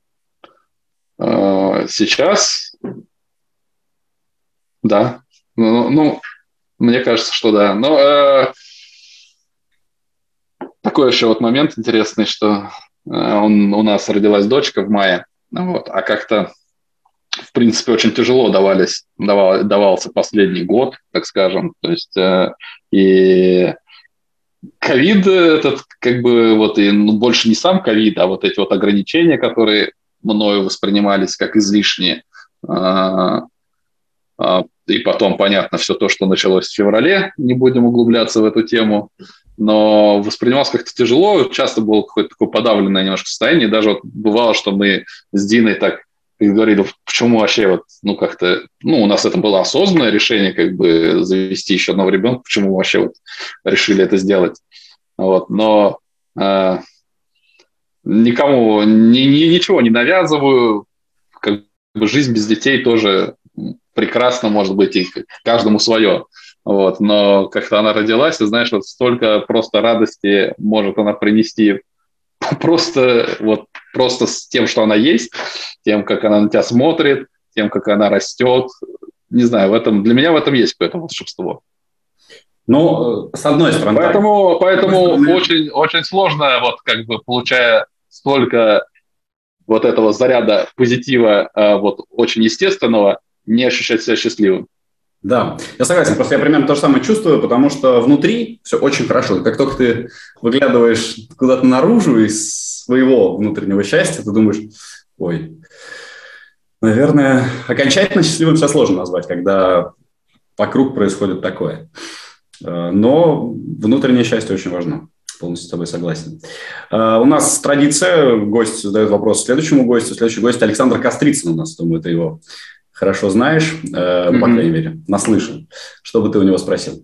Сейчас... Да. Мне кажется, что да. Но такой еще вот момент интересный, что у нас родилась дочка в мае, а как-то, в принципе, очень тяжело давался последний год, так скажем. То есть, и ковид этот, как бы, вот, и, ну, больше не сам ковид, а вот эти вот ограничения, которые мною воспринимались как излишние. И потом, понятно, все то, что началось в феврале, не будем углубляться в эту тему, но воспринималось как-то тяжело, часто было какое-то такое подавленное немножко состояние, и даже вот бывало, что мы с Диной так говорили, почему вообще вот, ну, как-то, ну, у нас это было осознанное решение, как бы, завести еще одного ребенка, почему мы вообще вот решили это сделать, вот, но никому ничего не навязываю, как бы жизнь без детей тоже прекрасно, может быть, и каждому свое. Вот. Но как-то она родилась, и, знаешь, вот столько просто радости может она принести просто с тем, что она есть, тем, как она на тебя смотрит, тем, как она растет. Не знаю, для меня в этом есть какое-то волшебство. Ну, с одной стороны. Поэтому очень, очень сложно, вот как бы получая столько вот этого заряда позитива, вот очень естественного, не ощущать себя счастливым. Да, я согласен. Просто я примерно то же самое чувствую, потому что внутри все очень хорошо. Как только ты выглядываешь куда-то наружу из своего внутреннего счастья, ты думаешь, ой, наверное, окончательно счастливым себя сложно назвать, когда вокруг происходит такое. Но внутреннее счастье очень важно. Полностью с тобой согласен. У нас традиция, гость задает вопрос следующему гостю. Следующий гость Александр Кострицын у нас, думаю, ты его хорошо знаешь, по крайней мере, наслышан. Что бы ты у него спросил?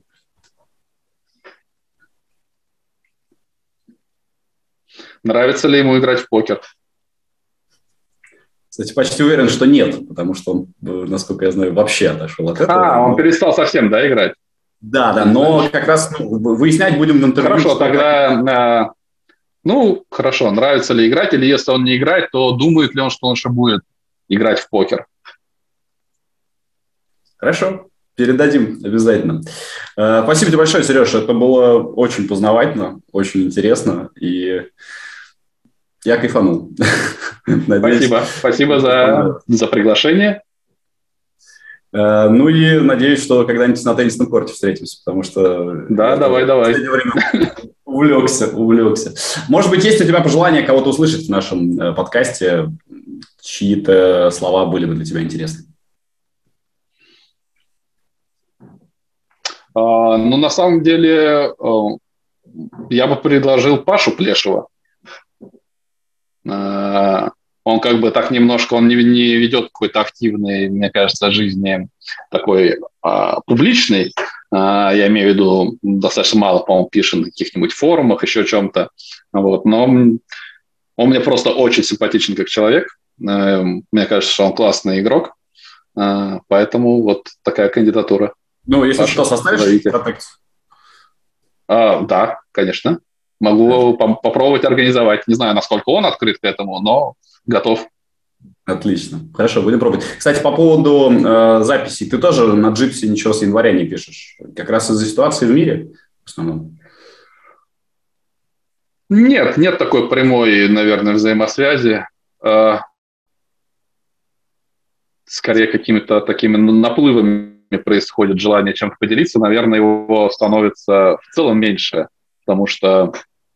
Нравится ли ему играть в покер? Кстати, почти уверен, что нет, потому что он, насколько я знаю, вообще отошел от этого. Он перестал совсем, да, играть? Да, но как раз выяснять будем в интервью. Хорошо, тогда, хорошо, нравится ли играть, или если он не играет, то думает ли он, что он еще будет играть в покер? Хорошо, передадим обязательно. Спасибо тебе большое, Сереж, это было очень познавательно, очень интересно, и я кайфанул. Спасибо за приглашение. Ну и надеюсь, что когда-нибудь на теннисном корте встретимся, потому что... Да, давай. В последнее время увлекся. Может быть, есть у тебя пожелание кого-то услышать в нашем подкасте, чьи-то слова были бы для тебя интересны? На самом деле, я бы предложил Пашу Плешева. Он как бы так немножко, он не ведет какой-то активной, мне кажется, жизни такой публичной. Я имею в виду, достаточно мало, по-моему, пишет на каких-нибудь форумах, еще чем-то. Вот. Но он мне просто очень симпатичен как человек. Мне кажется, что он классный игрок. Поэтому вот такая кандидатура. Ну, если Паша, что, составишь контакт? Да, конечно. Могу попробовать организовать. Не знаю, насколько он открыт к этому, но готов. Отлично. Хорошо, будем пробовать. Кстати, по поводу записей. Ты тоже на Джипсе ничего с января не пишешь? Как раз из-за ситуации в мире в основном? Нет такой прямой, наверное, взаимосвязи. Скорее, какими-то такими наплывами происходит желание чем-то поделиться. Наверное, его становится в целом меньше, потому что...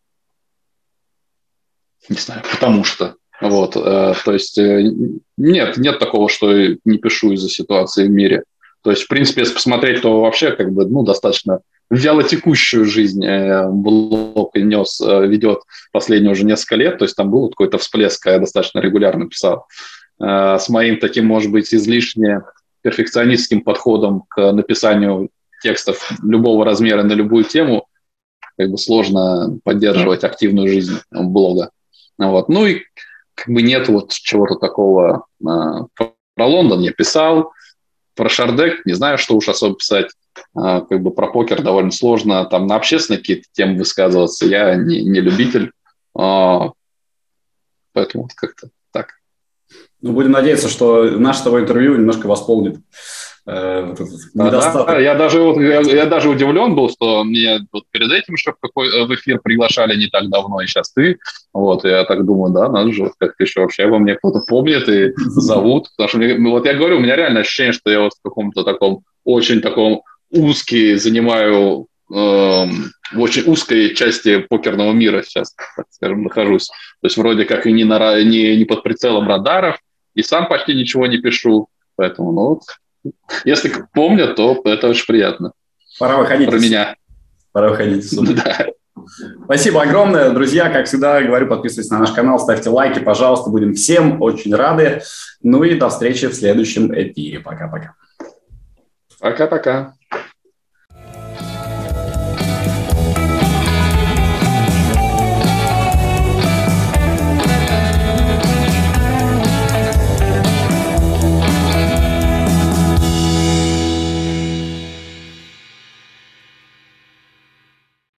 Не знаю, потому что... Вот, то есть нет такого, что не пишу из-за ситуации в мире. То есть, в принципе, если посмотреть, то вообще как бы, достаточно вялотекущую жизнь блог ведет последние уже несколько лет. То есть там был какой-то всплеск, я достаточно регулярно писал. С моим таким, может быть, излишне перфекционистским подходом к написанию текстов любого размера на любую тему как бы сложно поддерживать активную жизнь блога. Вот. Ну и как бы нет вот чего-то такого. Про Лондон я писал, про Шардек не знаю, что уж особо писать. Как бы про покер довольно сложно. Там на общественные какие-то темы высказываться я не любитель. Поэтому вот как-то так. Ну, будем надеяться, что наше с тобой интервью немножко восполнит недостаток. Да, я даже удивлен был, что меня вот перед этим еще в эфир приглашали не так давно, и сейчас ты. Вот, я так думаю, да, надо же, вот как-то еще вообще обо мне кто-то помнит и зовут. Потому что, вот я говорю, у меня реально ощущение, что я вот в каком-то таком, очень таком узкий занимаю в очень узкой части покерного мира сейчас, так скажем, нахожусь. То есть вроде как и не под прицелом радаров, и сам почти ничего не пишу. Поэтому, ну, вот, если помнят, то это очень приятно. Пора выходить. Про меня. Пора выходить. Да. Спасибо огромное. Друзья, как всегда говорю, подписывайтесь на наш канал, ставьте лайки, пожалуйста. Будем всем очень рады. Ну и до встречи в следующем эфире. Пока-пока. Пока-пока.